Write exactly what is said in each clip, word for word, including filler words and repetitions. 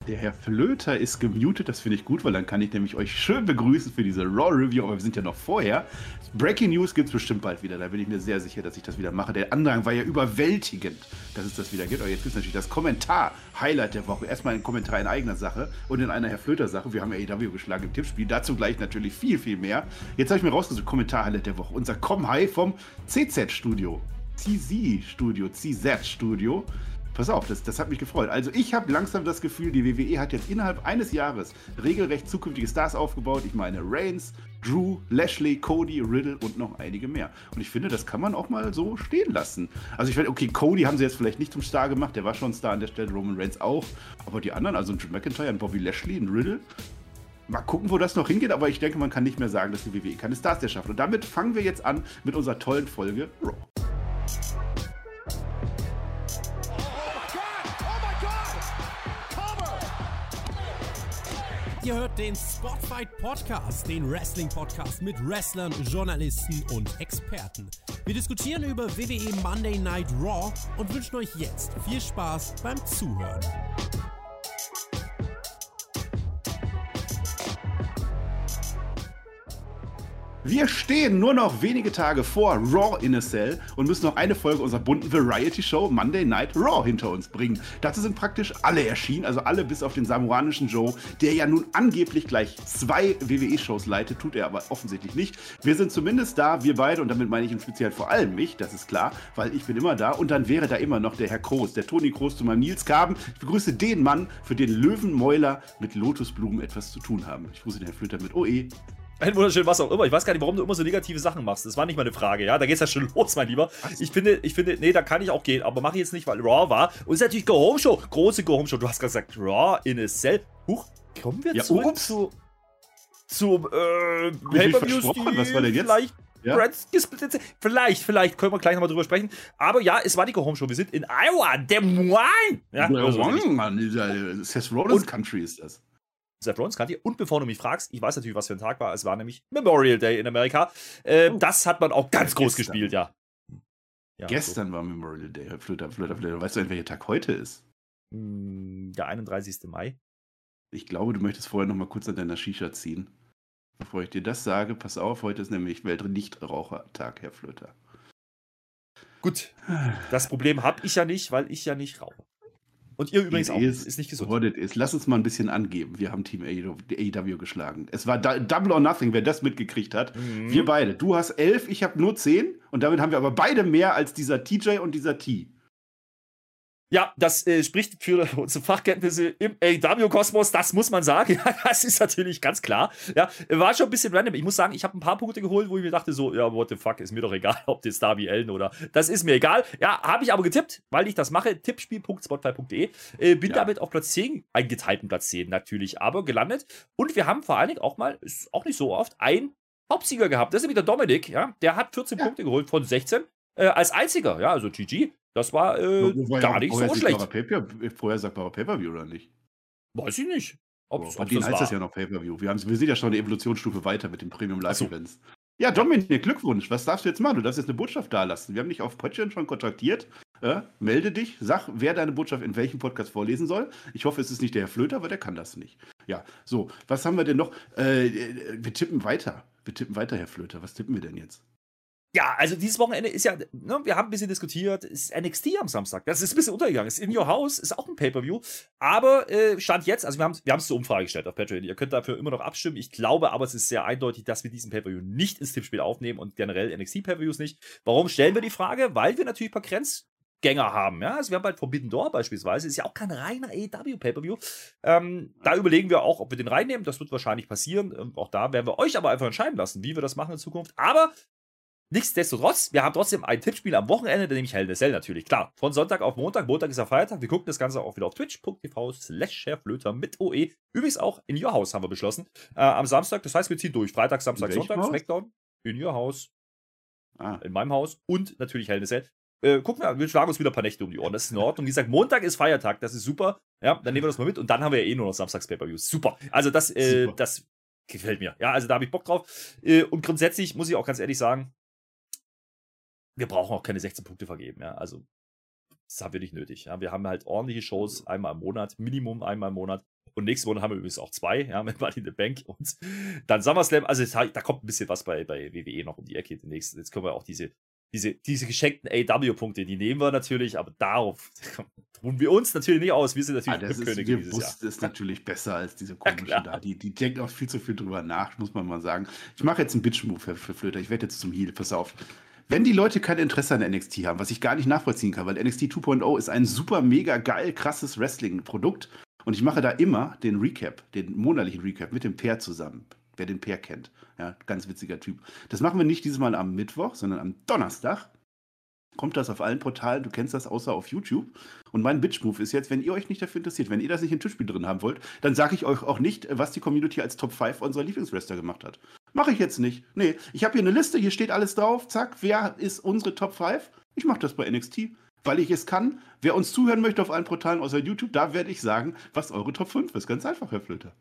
Der Herr Flöter ist gemutet, das finde ich gut, weil dann kann ich nämlich euch schön begrüßen für diese Raw-Review, aber wir sind ja noch vorher. Breaking News gibt es bestimmt bald wieder, da bin ich mir sehr sicher, dass ich das wieder mache. Der Andrang war ja überwältigend, dass es das wieder gibt, aber jetzt gibt es natürlich das Kommentar-Highlight der Woche. Erstmal ein Kommentar in eigener Sache und in einer Herr Flöter-Sache. Wir haben ja A E W geschlagen im Tippspiel, dazu gleich natürlich viel, viel mehr. Jetzt habe ich mir rausgesucht, Kommentar-Highlight der Woche, unser Com-High vom C Z-Studio, C Z-Studio, C Z-Studio. Pass auf, das, das hat mich gefreut. Also ich habe langsam das Gefühl, die W W E hat jetzt innerhalb eines Jahres regelrecht zukünftige Stars aufgebaut. Ich meine Reigns, Drew, Lashley, Cody, Riddle und noch einige mehr. Und ich finde, das kann man auch mal so stehen lassen. Also ich finde, okay, Cody haben sie jetzt vielleicht nicht zum Star gemacht, der war schon Star an der Stelle, Roman Reigns auch. Aber die anderen, also ein Drew McIntyre, ein Bobby Lashley, ein Riddle, mal gucken, wo das noch hingeht. Aber ich denke, man kann nicht mehr sagen, dass die W W E keine Stars erschaffen. Und damit fangen wir jetzt an mit unserer tollen Folge Raw. Ihr hört den Spotfight Podcast, den Wrestling-Podcast mit Wrestlern, Journalisten und Experten. Wir diskutieren über W W E Monday Night Raw und wünschen euch jetzt viel Spaß beim Zuhören. Wir stehen nur noch wenige Tage vor Raw in a Cell und müssen noch eine Folge unserer bunten Variety-Show Monday Night Raw hinter uns bringen. Dazu sind praktisch alle erschienen, also alle bis auf den samoanischen Joe, der ja nun angeblich gleich zwei W W E-Shows leitet, tut er aber offensichtlich nicht. Wir sind zumindest da, wir beide, und damit meine ich im Speziellen vor allem mich, das ist klar, weil ich bin immer da. Und dann wäre da immer noch der Herr Kroos, der Toni Kroos zu meinem Nils Kaben. Ich begrüße den Mann, für den Löwenmäuler mit Lotusblumen etwas zu tun haben. Ich grüße den Herrn Flöter mit O E. Ein wunderschön, was auch immer. Ich weiß gar nicht, warum du immer so negative Sachen machst. Das war nicht meine Frage, ja? Da geht's ja schon los, mein Lieber. Ich finde, ich finde, nee, da kann ich auch gehen. Aber mache ich jetzt nicht, weil Raw war. Und es ist natürlich Go-Home-Show. Große Go-Home-Show. Du hast gerade gesagt, Raw in a Cell. Huch, kommen wir ja, zurück ups. zu, zu, äh, Pay-Per-Views, was war denn jetzt? Vielleicht, ja? vielleicht, vielleicht können wir gleich nochmal drüber sprechen. Aber ja, es war die Go-Home-Show. Wir sind in Iowa, Des Moines. Ja, also Mann, dieser Seth Rollins Country ist das. Seth Rollins Country. Und bevor du mich fragst, ich weiß natürlich, was für ein Tag war. Es war nämlich Memorial Day in Amerika. Äh, oh. Das hat man auch ganz groß gestern gespielt, ja. ja Gestern so. war Memorial Day. Flöter, Flöter, Flöter. Weißt du, welcher Tag heute ist? Der einunddreißigste Mai. Ich glaube, du möchtest vorher noch mal kurz an deiner Shisha ziehen. Bevor ich dir das sage, pass auf, heute ist nämlich Weltnichtrauchertag, Herr Flöter. Gut. Das Problem habe ich ja nicht, weil ich ja nicht rauche. Und ihr übrigens auch. Ist, ist nicht gesund. Ist. Lass uns mal ein bisschen angeben. Wir haben Team A E W geschlagen. Es war Double or Nothing, wer das mitgekriegt hat. Mhm. Wir beide. Du hast elf, ich habe nur zehn. Und damit haben wir aber beide mehr als dieser T J und dieser T. Ja, das äh, spricht für unsere Fachkenntnisse im A E W-Kosmos, das muss man sagen. Ja, das ist natürlich ganz klar. Ja, war schon ein bisschen random. Ich muss sagen, ich habe ein paar Punkte geholt, wo ich mir dachte so, ja, what the fuck, ist mir doch egal, ob das Darby Allin oder, das ist mir egal. Ja, habe ich aber getippt, weil ich das mache, tippspiel punkt spotfight punkt de. Äh, bin ja. damit auf Platz zehn, einen geteilten Platz zehn natürlich, aber gelandet. Und wir haben vor allen Dingen auch mal, ist auch nicht so oft, einen Hauptsieger gehabt. Das ist nämlich der Dominik, ja, der hat vierzehn ja. Punkte geholt von sechzehn, äh, als einziger, ja, also G G. Das war äh, gar nicht so schlecht. Vorher sagbarer Pay-Per-View oder nicht? Weiß ich nicht. Ob, oh, bei denen heißt war. das ja noch Pay-Per-View. Wir, wir sind ja schon eine Evolutionsstufe weiter mit den Premium Live-Events. So. Ja, Dominik, Glückwunsch. Was darfst du jetzt machen? Du darfst jetzt eine Botschaft dalassen. Wir haben dich auf Patreon schon kontaktiert. Äh, melde dich, sag, wer deine Botschaft in welchem Podcast vorlesen soll. Ich hoffe, es ist nicht der Herr Flöter, weil der kann das nicht. Ja, so, was haben wir denn noch? Äh, wir tippen weiter. Wir tippen weiter, Herr Flöter. Was tippen wir denn jetzt? Ja, also dieses Wochenende ist ja, ne, wir haben ein bisschen diskutiert, es ist N X T am Samstag, das ist ein bisschen untergegangen, es ist In Your House, ist auch ein Pay-Per-View, aber äh, Stand jetzt, also wir haben wir es zur Umfrage gestellt auf Patreon, ihr könnt dafür immer noch abstimmen, ich glaube aber, es ist sehr eindeutig, dass wir diesen Pay-Per-View nicht ins Tippspiel aufnehmen und generell N X T-Pay-Per-Views nicht. Warum stellen wir die Frage? Weil wir natürlich ein paar Grenzgänger haben, ja, also wir haben bald Forbidden Door beispielsweise, ist ja auch kein reiner A E W-Pay-Per-View, ähm, da überlegen wir auch, ob wir den reinnehmen, das wird wahrscheinlich passieren, ähm, auch da werden wir euch aber einfach entscheiden lassen, wie wir das machen in Zukunft, aber nichtsdestotrotz, wir haben trotzdem ein Tippspiel am Wochenende, nämlich Hell in a Cell natürlich, klar. Von Sonntag auf Montag, Montag ist ja Feiertag, wir gucken das Ganze auch wieder auf twitch punkt tv slash Herrflöter mit O E. Übrigens auch in Your House haben wir beschlossen, äh, am Samstag, das heißt wir ziehen durch, Freitag, Samstag, Sonntag, Haus? Smackdown, in Your House, ah. in meinem Haus und natürlich Hell in a Cell. Äh, gucken wir, wir schlagen uns wieder ein paar Nächte um die Ohren, das ist in Ordnung. Wie gesagt, Montag ist Feiertag, das ist super, ja, dann nehmen wir das mal mit und dann haben wir ja eh nur noch Samstags-Pay-Per-Views, super. Also das, äh, super. das gefällt mir, ja, also da habe ich Bock drauf. Äh, und grundsätzlich muss ich auch ganz ehrlich sagen, wir brauchen auch keine sechzehn Punkte vergeben, ja, also das haben wir nicht nötig, ja, wir haben halt ordentliche Shows einmal im Monat, Minimum einmal im Monat Und nächste Woche haben wir übrigens auch zwei, ja, mit Money in the Bank und dann SummerSlam. Also es, da kommt ein bisschen was bei, bei W W E noch um die Ecke demnächst. Jetzt können wir auch diese, diese, diese geschenkten A E W-Punkte, die nehmen wir natürlich, aber darauf ruhen wir uns natürlich nicht aus. Wir sind natürlich ah, das ist, Könige dieses Jahr. Das ist natürlich besser als diese Ja, komischen klar. da. Die, die denken auch viel zu viel drüber nach, muss man mal sagen. Ich mache jetzt einen Bitch-Move für, für Flöter. Ich werde jetzt zum Heel. Pass auf. Wenn die Leute kein Interesse an N X T haben, was ich gar nicht nachvollziehen kann, weil N X T zwei Punkt null ist ein super, mega geil, krasses Wrestling-Produkt und ich mache da immer den Recap, den monatlichen Recap mit dem Peer zusammen. Wer den Peer kennt. Ja, ganz witziger Typ. Das machen wir nicht dieses Mal am Mittwoch, sondern am Donnerstag. Kommt das auf allen Portalen, du kennst das außer auf YouTube. Und mein Bitch-Move ist jetzt, wenn ihr euch nicht dafür interessiert, wenn ihr das nicht im Tischspiel drin haben wollt, dann sage ich euch auch nicht, was die Community als Top fünf unserer Lieblingswrestler gemacht hat. Mache ich jetzt nicht. Nee, ich habe hier eine Liste, hier steht alles drauf. Zack, wer ist unsere Top fünf? Ich mache das bei N X T, weil ich es kann. Wer uns zuhören möchte auf allen Portalen außer YouTube, da werde ich sagen, was eure Top fünf ist. Ganz einfach, Herr Flöter.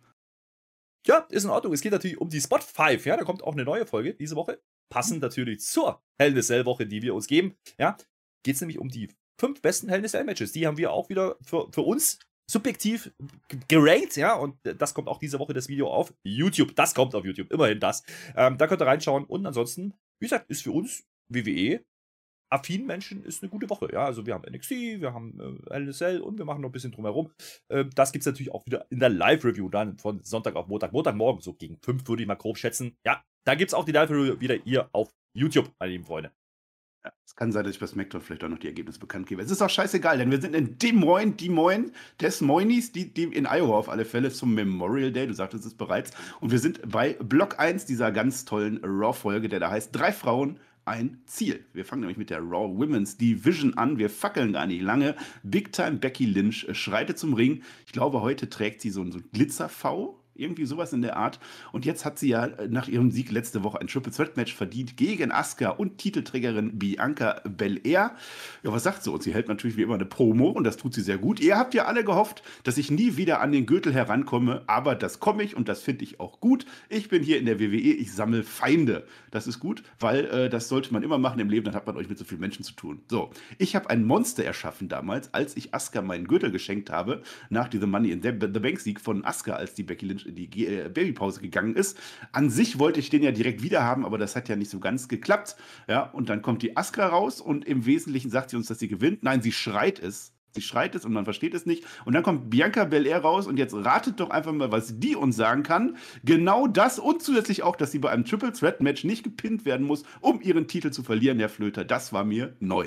Ja, ist in Ordnung. Es geht natürlich um die Spot fünf, ja, da kommt auch eine neue Folge diese Woche. Passend natürlich zur Hell in a Cell Woche, die wir uns geben, ja. Geht es nämlich um die fünf besten Hell in a Cell Matches. Die haben wir auch wieder für, für uns subjektiv gerankt, ja, und das kommt auch diese Woche das Video auf YouTube. Das kommt auf YouTube, immerhin das. Ähm, da könnt ihr reinschauen und ansonsten, wie gesagt, ist für uns W W E affinen Menschen ist eine gute Woche, ja, also wir haben N X T, wir haben äh, Hell in a Cell und wir machen noch ein bisschen drumherum. Äh, das gibt es natürlich auch wieder in der Live-Review dann von Sonntag auf Montag, Montagmorgen, so gegen fünf würde ich mal grob schätzen. Ja, da gibt es auch die Live-Review wieder hier auf YouTube, meine lieben Freunde. Ja, es kann sein, dass ich bei SmackDown vielleicht auch noch die Ergebnisse bekannt gebe. Es ist auch scheißegal, denn wir sind in Des Moines, Des Moines, Des Moines, die, die in Iowa auf alle Fälle zum Memorial Day. Du sagtest es bereits. Und wir sind bei Block eins dieser ganz tollen Raw-Folge, der da heißt Drei Frauen, ein Ziel. Wir fangen nämlich mit der Raw Women's Division an. Wir fackeln gar nicht lange. Big Time Becky Lynch schreitet zum Ring. Ich glaube, heute trägt sie so ein, so ein Glitzer-V. Irgendwie sowas in der Art. Und jetzt hat sie ja nach ihrem Sieg letzte Woche ein Triple Threat Match verdient gegen Asuka und Titelträgerin Bianca Belair. Ja, was sagt sie uns? Sie hält natürlich wie immer eine Promo und das tut sie sehr gut. Ihr habt ja alle gehofft, dass ich nie wieder an den Gürtel herankomme, aber das komme ich und das finde ich auch gut. Ich bin hier in der W W E, ich sammle Feinde. Das ist gut, weil äh, das sollte man immer machen im Leben, dann hat man euch mit so vielen Menschen zu tun. So, ich habe ein Monster erschaffen damals, als ich Asuka meinen Gürtel geschenkt habe, nach diesem Money in the Bank Sieg von Asuka, als die Becky Lynch in die Ge- Babypause gegangen ist. An sich wollte ich den ja direkt wieder haben, aber das hat ja nicht so ganz geklappt. Ja, und dann kommt die Asuka raus und im Wesentlichen sagt sie uns, dass sie gewinnt. Nein, sie schreit es. Sie schreit es und man versteht es nicht. Und dann kommt Bianca Belair raus und jetzt ratet doch einfach mal, was die uns sagen kann. Genau das und zusätzlich auch, dass sie bei einem Triple Threat Match nicht gepinnt werden muss, um ihren Titel zu verlieren, Herr Flöter. Das war mir neu.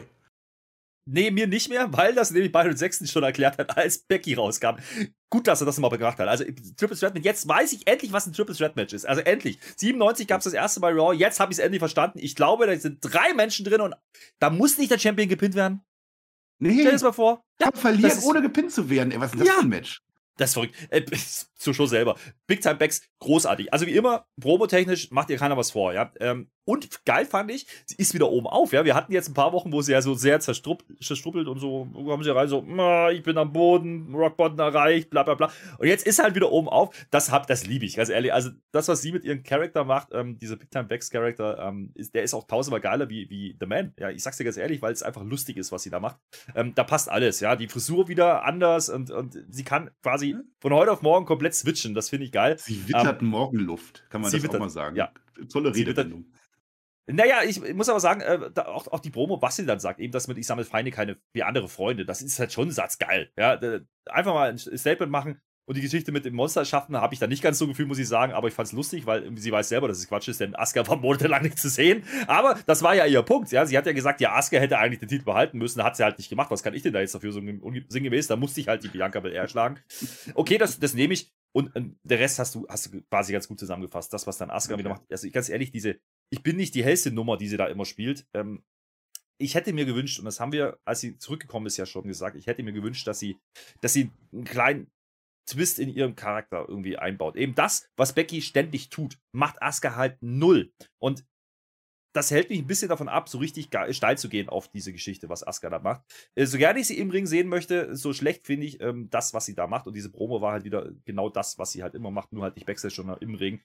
Nee, mir nicht mehr, weil das nämlich Byron Sexton schon erklärt hat, als Becky rauskam. Gut, dass er das mal gebracht hat. Also Triple Threat Match, jetzt weiß ich endlich, was ein Triple Threat Match ist. Also endlich. siebenundneunzig gab es das erste Mal Raw, jetzt habe ich es endlich verstanden. Ich glaube, da sind drei Menschen drin und da muss nicht der Champion gepinnt werden. Nee, Stell dir das mal vor. Ja, verlieren, ist, ohne gepinnt zu werden. Ey, was ist das ja. für ein Match? Das ist verrückt. Äh, zur Show selber. Big Time Becks, großartig. Also wie immer, promotechnisch macht ihr keiner was vor, ja. Ähm, und geil fand ich, sie ist wieder oben auf, ja. Wir hatten jetzt ein paar Wochen, wo sie ja so sehr zerstruppelt und so, wo haben sie rein so, ich bin am Boden, Rockbottom erreicht, bla bla bla. Und jetzt ist halt wieder oben auf. Das hab, das liebe ich, ganz ehrlich. Also das, was sie mit ihrem Charakter macht, ähm, dieser Big Time Becks Charakter, ähm, ist, der ist auch tausendmal geiler wie, wie The Man. Ja, ich sag's dir ganz ehrlich, weil es einfach lustig ist, was sie da macht. Ähm, da passt alles, ja. Die Frisur wieder anders und, und sie kann quasi von heute auf morgen komplett switchen. Das finde ich geil. Sie wittert ähm, Morgenluft, kann man das wittert, auch mal sagen. Ja. Tolle Redewendung. Naja, ich muss aber sagen, äh, da, auch, auch die Promo, was sie dann sagt, eben, dass mit ich sammle Feinde keine wie andere Freunde, das ist halt schon ein Satz geil. Ja, da, einfach mal ein Statement machen und die Geschichte mit dem Monster schaffen, habe ich da nicht ganz so gefühlt, muss ich sagen, aber ich fand es lustig, weil sie weiß selber, dass es Quatsch ist, denn Asuka war monatelang nicht zu sehen. Aber das war ja ihr Punkt, ja. Sie hat ja gesagt, ja, Asuka hätte eigentlich den Titel behalten müssen, hat sie halt nicht gemacht. Was kann ich denn da jetzt dafür so sinngemäß? Da musste ich halt die Bianca Belair schlagen. Okay, das, das nehme ich. Und äh, der Rest hast du, hast du quasi ganz gut zusammengefasst. Das, was dann Asuka okay. wieder macht. Also ich, ganz ehrlich, diese, ich bin nicht die hellste Nummer, die sie da immer spielt. Ähm, ich hätte mir gewünscht, und das haben wir, als sie zurückgekommen ist, ja schon gesagt, ich hätte mir gewünscht, dass sie, dass sie einen kleinen Twist in ihrem Charakter irgendwie einbaut. Eben das, was Becky ständig tut, macht Asuka halt null. Und das hält mich ein bisschen davon ab, so richtig steil zu gehen auf diese Geschichte, was Asuka da macht. Äh, so gerne ich sie im Ring sehen möchte, so schlecht finde ich ähm, das, was sie da macht. Und diese Promo war halt wieder genau das, was sie halt immer macht, nur halt nicht Backstage, sondern im Ring.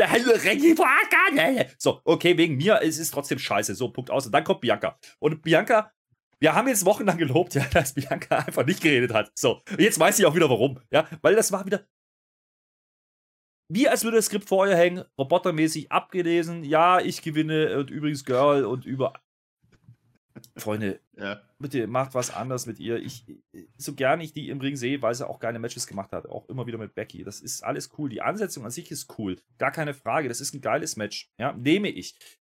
So, okay, wegen mir, es ist trotzdem scheiße. So, Punkt aus. Und dann kommt Bianca. Und Bianca, wir haben jetzt wochenlang gelobt, ja, dass Bianca einfach nicht geredet hat. So, und jetzt weiß ich auch wieder warum. Ja, weil das war wieder wie als würde das Skript vorher hängen, robotermäßig abgelesen, ja, ich gewinne und übrigens Girl und über. Freunde, Ja. bitte macht was anderes mit ihr. Ich, so gern ich die im Ring sehe, weil sie auch geile Matches gemacht hat, auch immer wieder mit Becky. Das ist alles cool. Die Ansetzung an sich ist cool. Gar keine Frage. Das ist ein geiles Match. Ja, nehme ich.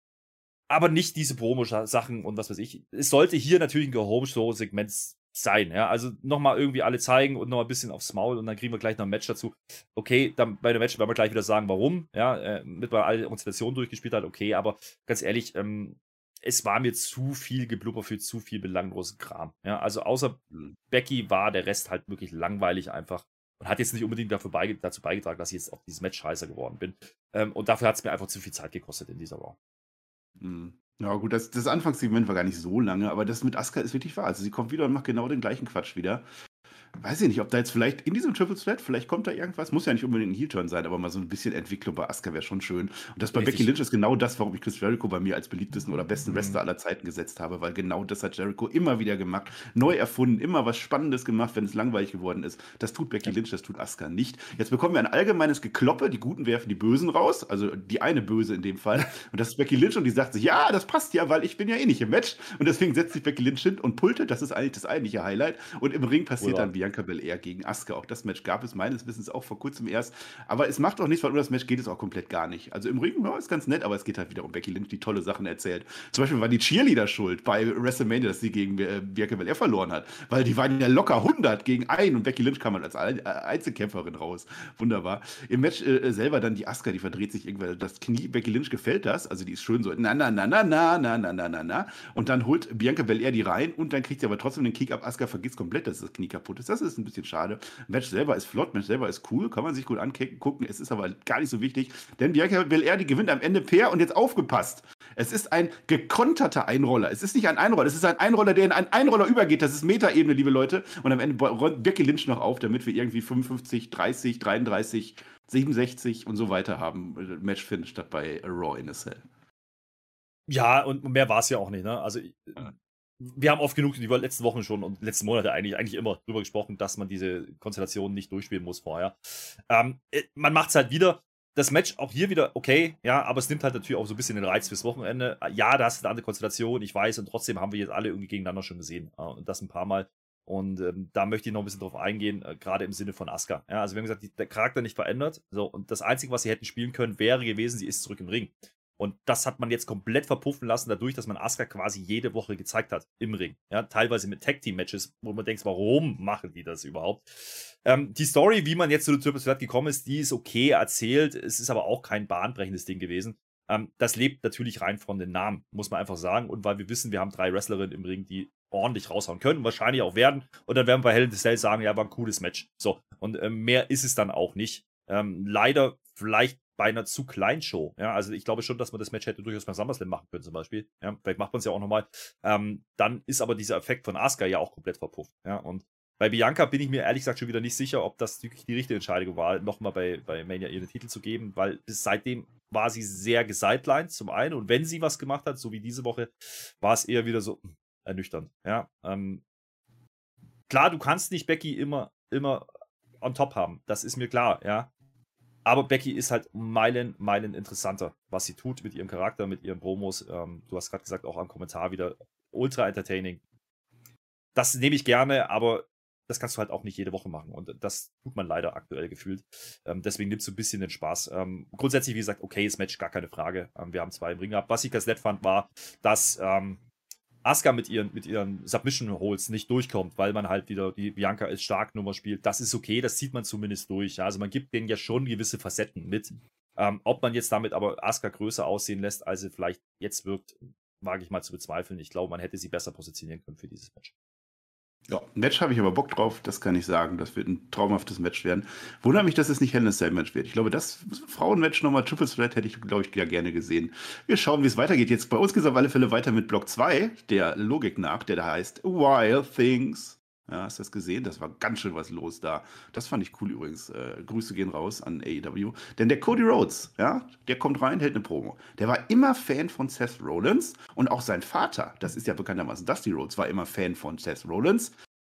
Aber nicht diese Promo-Sachen und was weiß ich. Es sollte hier natürlich ein Go-Home-Show-Segment sein. Ja, also nochmal irgendwie alle zeigen und noch ein bisschen aufs Maul und dann kriegen wir gleich noch ein Match dazu. Okay, dann bei dem Match werden wir gleich wieder sagen, warum. Ja, äh, mit man alle Konstellationen durchgespielt hat. Okay, aber ganz ehrlich, ähm, es war mir zu viel Geblubber für zu viel belanglosen Kram. Ja, also außer Becky war der Rest halt wirklich langweilig einfach und hat jetzt nicht unbedingt dafür beige dazu beigetragen, dass ich jetzt auf dieses Match heißer geworden bin. Ähm, und dafür hat es mir einfach zu viel Zeit gekostet in dieser Raw. Hm. Ja, gut, das, das Anfangssegment war gar nicht so lange, aber das mit Asuka ist wirklich wahr. Also sie kommt wieder und macht genau den gleichen Quatsch wieder. Weiß ich nicht, ob da jetzt vielleicht in diesem Triple Threat, vielleicht kommt da irgendwas, muss ja nicht unbedingt ein Heel-Turn sein, aber mal so ein bisschen Entwicklung bei Asuka wäre schon schön. Und das bei Richtig. Becky Lynch ist genau das, warum ich Chris Jericho bei mir als beliebtesten oder besten Mhm. Wrestler aller Zeiten gesetzt habe, weil genau das hat Jericho immer wieder gemacht, neu erfunden, immer was Spannendes gemacht, wenn es langweilig geworden ist. Das tut Becky Lynch, das tut Asuka nicht. Jetzt bekommen wir ein allgemeines Gekloppe, die Guten werfen die Bösen raus, also die eine Böse in dem Fall. Und das ist Becky Lynch und die sagt sich, ja, das passt ja, weil ich bin ja eh nicht im Match. Und deswegen setzt sich Becky Lynch hin und pultet, das ist eigentlich das eigentliche Highlight. Und im Ring passiert Oder? dann Bianca Belair gegen Asuka. Auch das Match gab es meines Wissens auch vor kurzem erst. Aber es macht auch nichts, weil um das Match geht es auch komplett gar nicht. Also im Ring ja, ist ganz nett, aber es geht halt wieder um Becky Lynch, die tolle Sachen erzählt. Zum Beispiel war die Cheerleader schuld bei WrestleMania, dass sie gegen äh, Bianca Belair verloren hat. Weil die waren ja locker hundert gegen einen und Becky Lynch kam halt als Ein- äh, Einzelkämpferin raus. Wunderbar. Im Match äh, selber dann die Asuka, die verdreht sich irgendwann das Knie. Becky Lynch gefällt das. Also die ist schön so na na na na na na na na na na. Und dann holt Bianca Belair die rein und dann kriegt sie aber trotzdem den Kick ab. Asuka vergisst komplett, dass das Knie kaputt ist. Das ist ein bisschen schade. Match selber ist flott, Match selber ist cool, kann man sich gut angucken. Es ist aber gar nicht so wichtig, denn Bianca Belair, die gewinnt am Ende fair und jetzt aufgepasst. Es ist ein gekonterter Einroller. Es ist nicht ein Einroller, es ist ein Einroller, der in einen Einroller übergeht. Das ist Metaebene, liebe Leute. Und am Ende räumt Becky Lynch noch auf, damit wir irgendwie fünfundfünfzig, dreißig, dreiunddreißig, siebenundsechzig und so weiter haben. Match Finish statt bei Raw in a Cell. Ja, und mehr war es ja auch nicht, ne? Also, Ja. wir haben oft genug die letzten Wochen schon und letzten Monate eigentlich, eigentlich immer drüber gesprochen, dass man diese Konstellationen nicht durchspielen muss vorher. Ähm, äh, man macht es halt wieder. Das Match auch hier wieder okay, ja, aber es nimmt halt natürlich auch so ein bisschen den Reiz fürs Wochenende. Ja, da hast du eine andere Konstellation, ich weiß, und trotzdem haben wir jetzt alle irgendwie gegeneinander schon gesehen. Äh, und das ein paar Mal. Und ähm, da möchte ich noch ein bisschen drauf eingehen, äh, gerade im Sinne von Asuka. Ja, also wir haben gesagt, die, der Charakter nicht verändert. So, und das Einzige, was sie hätten spielen können, wäre gewesen, sie ist zurück im Ring. Und das hat man jetzt komplett verpuffen lassen, dadurch, dass man Asuka quasi jede Woche gezeigt hat im Ring. Ja, teilweise mit Tag-Team-Matches, wo man denkt, warum machen die das überhaupt? Ähm, die Story, wie man jetzt zu der Triple Threat gekommen ist, die ist okay erzählt. Es ist aber auch kein bahnbrechendes Ding gewesen. Ähm, das lebt natürlich rein von den Namen, muss man einfach sagen. Und weil wir wissen, wir haben drei Wrestlerinnen im Ring, die ordentlich raushauen können, wahrscheinlich auch werden. Und dann werden wir bei Hell in the Cell sagen, ja, war ein cooles Match. So, und ähm, mehr ist es dann auch nicht. Ähm, leider vielleicht bei einer zu kleinen Show. Ja, also ich glaube schon, dass man das Match hätte durchaus beim SummerSlam machen können zum Beispiel. Ja, vielleicht macht man es ja auch nochmal. Ähm, dann ist aber dieser Effekt von Asuka ja auch komplett verpufft. Ja, und bei Bianca bin ich mir ehrlich gesagt schon wieder nicht sicher, ob das wirklich die richtige Entscheidung war, nochmal bei, bei Mania ihren Titel zu geben, weil bis seitdem war sie sehr gesidelined zum einen und wenn sie was gemacht hat, so wie diese Woche, war es eher wieder so ernüchternd. Ja, ähm, klar, du kannst nicht Becky immer, immer on top haben. Das ist mir klar, ja. Aber Becky ist halt Meilen, Meilen interessanter, was sie tut mit ihrem Charakter, mit ihren Promos. Ähm, du hast gerade gesagt, auch am Kommentar wieder ultra entertaining. Das nehme ich gerne, aber das kannst du halt auch nicht jede Woche machen. Und das tut man leider aktuell gefühlt. Ähm, deswegen nimmst du ein bisschen den Spaß. Ähm, grundsätzlich, wie gesagt, okayes Match, gar keine Frage. Ähm, wir haben zwei im Ring gehabt. Was ich ganz nett fand, war, dass ähm, Asuka mit ihren, mit ihren Submission-Holds nicht durchkommt, weil man halt wieder die Bianca als Starknummer spielt. Das ist okay, das zieht man zumindest durch. Ja? Also man gibt denen ja schon gewisse Facetten mit. Ähm, ob man jetzt damit aber Asuka größer aussehen lässt, als sie vielleicht jetzt wirkt, wage ich mal zu bezweifeln. Ich glaube, man hätte sie besser positionieren können für dieses Match. Ja, ein Match habe ich aber Bock drauf, das kann ich sagen. Das wird ein traumhaftes Match werden. Wundert mich, dass es nicht Hell in a Cell Match wird. Ich glaube, das Frauenmatch nochmal Triple Threat hätte ich, glaube ich, ja gerne gesehen. Wir schauen, wie es weitergeht. Jetzt bei uns geht es auf alle Fälle weiter mit Block zwei, der Logik nach, der da heißt Wild Things. Ja, hast du das gesehen? Das war ganz schön was los da. Das fand ich cool übrigens. Äh, Grüße gehen raus an A E W. Denn der Cody Rhodes, ja, der kommt rein, hält eine Promo. Der war immer Fan von Seth Rollins und auch sein Vater, das ist ja bekanntermaßen Dusty Rhodes, war immer Fan von Seth Rollins.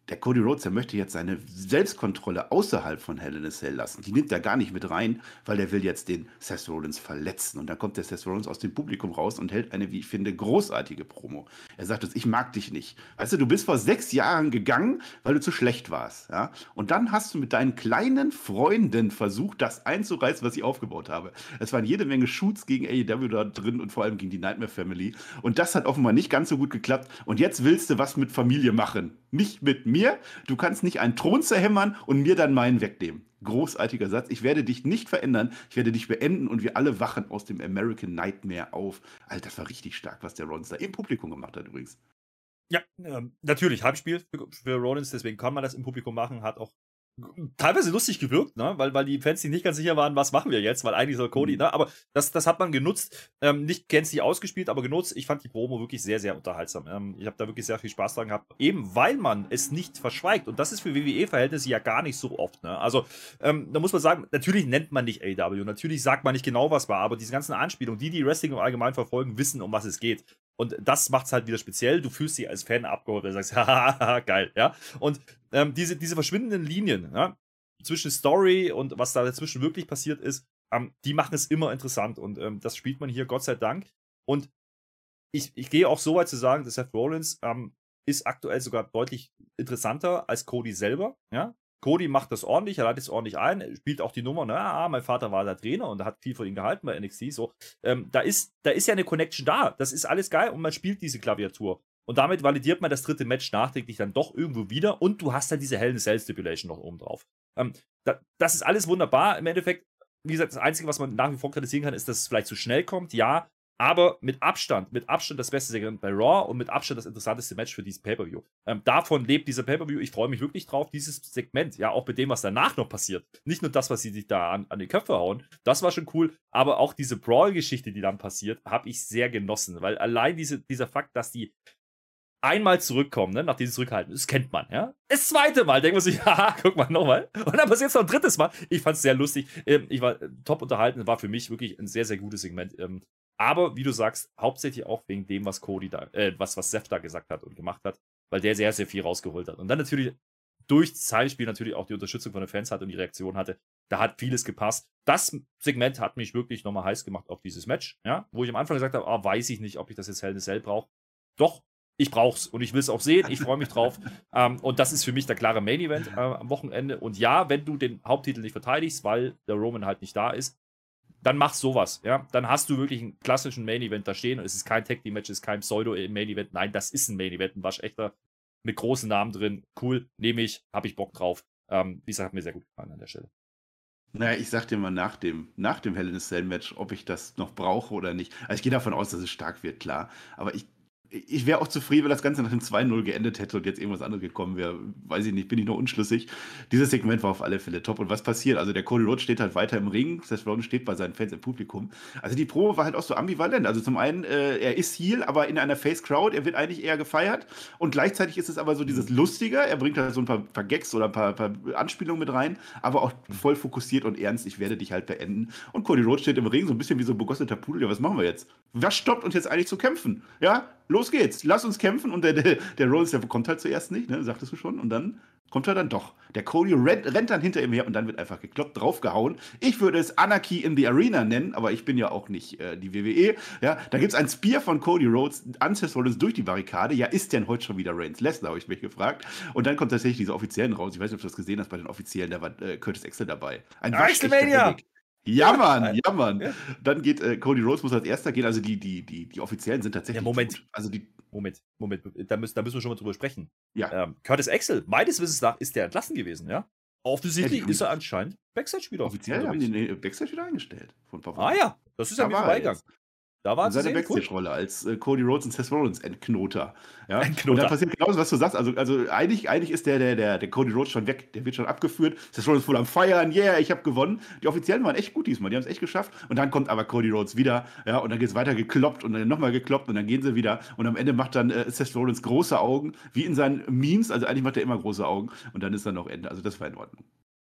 der Cody Rhodes, der möchte jetzt seine Selbstkontrolle außerhalb von Hell in a Cell lassen. Die nimmt er gar nicht mit rein, weil er will jetzt den Seth Rollins verletzen. Und dann kommt der Seth Rollins aus dem Publikum raus und hält eine, wie ich finde, großartige Promo. Er sagt uns, ich mag dich nicht. Weißt du, du bist vor sechs Jahren gegangen, weil du zu schlecht warst. Ja? Und dann hast du mit deinen kleinen Freunden versucht, das einzureißen, was ich aufgebaut habe. Es waren jede Menge Shoots gegen A E W da drin und vor allem gegen die Nightmare Family. Und das hat offenbar nicht ganz so gut geklappt. Und jetzt willst du was mit Familie machen. Nicht mit mir. Du kannst nicht einen Thron zerhämmern und mir dann meinen wegnehmen. Großartiger Satz. Ich werde dich nicht verändern. Ich werde dich beenden und wir alle wachen aus dem American Nightmare auf. Alter, das war richtig stark, was der Rollins da im Publikum gemacht hat übrigens. Ja, ähm, natürlich, Heimspiel für, für Rollins, deswegen kann man das im Publikum machen, hat auch teilweise lustig gewirkt, ne? weil, weil die Fans sich nicht ganz sicher waren, was machen wir jetzt, weil eigentlich soll Cody, ne? aber das, das hat man genutzt, ähm, nicht gänzlich ausgespielt, aber genutzt. Ich fand die Promo wirklich sehr, sehr unterhaltsam. Ähm, ich habe da wirklich sehr viel Spaß dran gehabt, eben weil man es nicht verschweigt und das ist für W W E-Verhältnisse ja gar nicht so oft. Ne? Also ähm, da muss man sagen, natürlich nennt man nicht A E W, natürlich sagt man nicht genau, was war, aber diese ganzen Anspielungen, die die Wrestling im Allgemeinen verfolgen, wissen, um was es geht. Und das macht es halt wieder speziell. Du fühlst dich als Fan abgeholt, weil du sagst, haha, geil, ja. Und ähm, diese, diese verschwindenden Linien, ja, zwischen Story und was da dazwischen wirklich passiert ist, ähm, die machen es immer interessant. Und ähm, das spielt man hier, Gott sei Dank. Und ich, ich gehe auch so weit zu sagen, dass Seth Rollins ähm, ist aktuell sogar deutlich interessanter als Cody selber, ja. Cody macht das ordentlich, er leitet es ordentlich ein, spielt auch die Nummer, na, ah, mein Vater war der Trainer und hat viel von ihm gehalten bei N X T, so. Ähm, da, ist, da ist ja eine Connection da, das ist alles geil und man spielt diese Klaviatur. Und damit validiert man das dritte Match nachträglich dann doch irgendwo wieder und du hast dann diese Hell in a Cell Stipulation noch oben drauf. Ähm, da, das ist alles wunderbar. Im Endeffekt, wie gesagt, das Einzige, was man nach wie vor kritisieren kann, ist, dass es vielleicht zu schnell kommt, ja, aber mit Abstand, mit Abstand das beste Segment bei Raw und mit Abstand das interessanteste Match für dieses Pay-Per-View. Ähm, davon lebt dieser Pay-Per-View. Ich freue mich wirklich drauf, dieses Segment, ja, auch mit dem, was danach noch passiert. Nicht nur das, was sie sich da an, an die Köpfe hauen, das war schon cool, aber auch diese Brawl-Geschichte, die dann passiert, habe ich sehr genossen, weil allein diese, dieser Fakt, dass die einmal zurückkommen, ne, nachdem sie zurückhalten, das kennt man, ja. Das zweite Mal denkt man sich, haha, guck mal nochmal. Und dann passiert es noch ein drittes Mal. Ich fand es sehr lustig. Ähm, ich war äh, top unterhalten, war für mich wirklich ein sehr, sehr gutes Segment. Ähm, aber, wie du sagst, hauptsächlich auch wegen dem, was Cody da, äh, was, was Seth da gesagt hat und gemacht hat, weil der sehr, sehr viel rausgeholt hat. Und dann natürlich durch das Heimspiel natürlich auch die Unterstützung von den Fans hatte und die Reaktion hatte. Da hat vieles gepasst. Das Segment hat mich wirklich nochmal heiß gemacht auf dieses Match, ja, wo ich am Anfang gesagt habe, ah, weiß ich nicht, ob ich das jetzt Hell in a Cell brauche. Doch, ich brauch's und ich will es auch sehen, ich freue mich drauf. ähm, und das ist für mich der klare Main Event äh, am Wochenende. Und ja, wenn du den Haupttitel nicht verteidigst, weil der Roman halt nicht da ist, dann mach sowas, ja. Dann hast du wirklich einen klassischen Main Event da stehen und es ist kein Tag Team Match, es ist kein Pseudo-Main Event. Nein, das ist ein Main Event, ein waschechter mit großen Namen drin. Cool, nehme ich, habe ich Bock drauf. Ähm, wie gesagt, hat mir sehr gut gefallen an der Stelle. Naja, ich sag dir mal nach dem, nach dem Hell in a Cell Match, ob ich das noch brauche oder nicht. Also ich gehe davon aus, dass es stark wird, klar. Aber ich Ich wäre auch zufrieden, wenn das Ganze nach dem zwei null geendet hätte und jetzt irgendwas anderes gekommen wäre. Weiß ich nicht, bin ich noch unschlüssig. Dieses Segment war auf alle Fälle top. Und was passiert? Also der Cody Rhodes steht halt weiter im Ring. Seth Rollins steht bei seinen Fans im Publikum. Also die Promo war halt auch so ambivalent. Also zum einen, äh, er ist Heel, aber in einer Face-Crowd. Er wird eigentlich eher gefeiert. Und gleichzeitig ist es aber so dieses Lustige. Er bringt halt so ein paar, paar Gags oder ein paar, paar Anspielungen mit rein. Aber auch voll fokussiert und ernst. Ich werde dich halt beenden. Und Cody Rhodes steht im Ring, so ein bisschen wie so ein begossener Pudel. Ja, was machen wir jetzt? Was stoppt uns jetzt eigentlich zu kämpfen? Ja, los geht's, lass uns kämpfen. Und der, der, der Rollins, der kommt halt zuerst nicht, ne, sagtest du schon. Und dann kommt er dann doch. Der Cody rennt, rennt dann hinter ihm her und dann wird einfach gekloppt, draufgehauen. Ich würde es Anarchy in the Arena nennen, aber ich bin ja auch nicht äh, die W W E. Ja, da gibt es ein Spear von Cody Rhodes an Seth Rollins durch die Barrikade. Ja, ist denn heute schon wieder Reigns Lesnar, habe ich mich gefragt. Und dann kommt tatsächlich diese Offiziellen raus. Ich weiß nicht, ob du das gesehen hast bei den Offiziellen, da war äh, Curtis Axel dabei. Ein WrestleMania! Ja, Mann, ja, Mann. Ja. Dann geht äh, Cody Rhodes muss als erster gehen. Also die, die, die, die Offiziellen sind tatsächlich. Ja, Moment. Gut. Also die Moment, Moment. Da müssen, da müssen wir schon mal drüber sprechen. Ja. Ähm, Curtis Axel, meines Wissens nach, ist der entlassen gewesen, ja? Offensichtlich ja, die, ist er anscheinend Backstage wieder. Offiziell haben die den Backstage wieder eingestellt. Vor ein paar Wochen. Ah ja, das ist ja mir vorbeigegangen. Da war seine Backstage-Rolle cool. als äh, Cody Rhodes und Seth Rollins Entknoter. Ja? Entknoter. Und dann passiert genauso, was du sagst. Also, also eigentlich, eigentlich ist der, der, der, der Cody Rhodes schon weg. Der wird schon abgeführt. Seth Rollins voll am Feiern. Yeah, ich habe gewonnen. Die Offiziellen waren echt gut diesmal. Die haben es echt geschafft. Und dann kommt aber Cody Rhodes wieder. Ja, und dann geht es weiter gekloppt und dann nochmal gekloppt und dann gehen sie wieder. Und am Ende macht dann äh, Seth Rollins große Augen, wie in seinen Memes. Also eigentlich macht er immer große Augen. Und dann ist dann noch Ende. Also das war in Ordnung.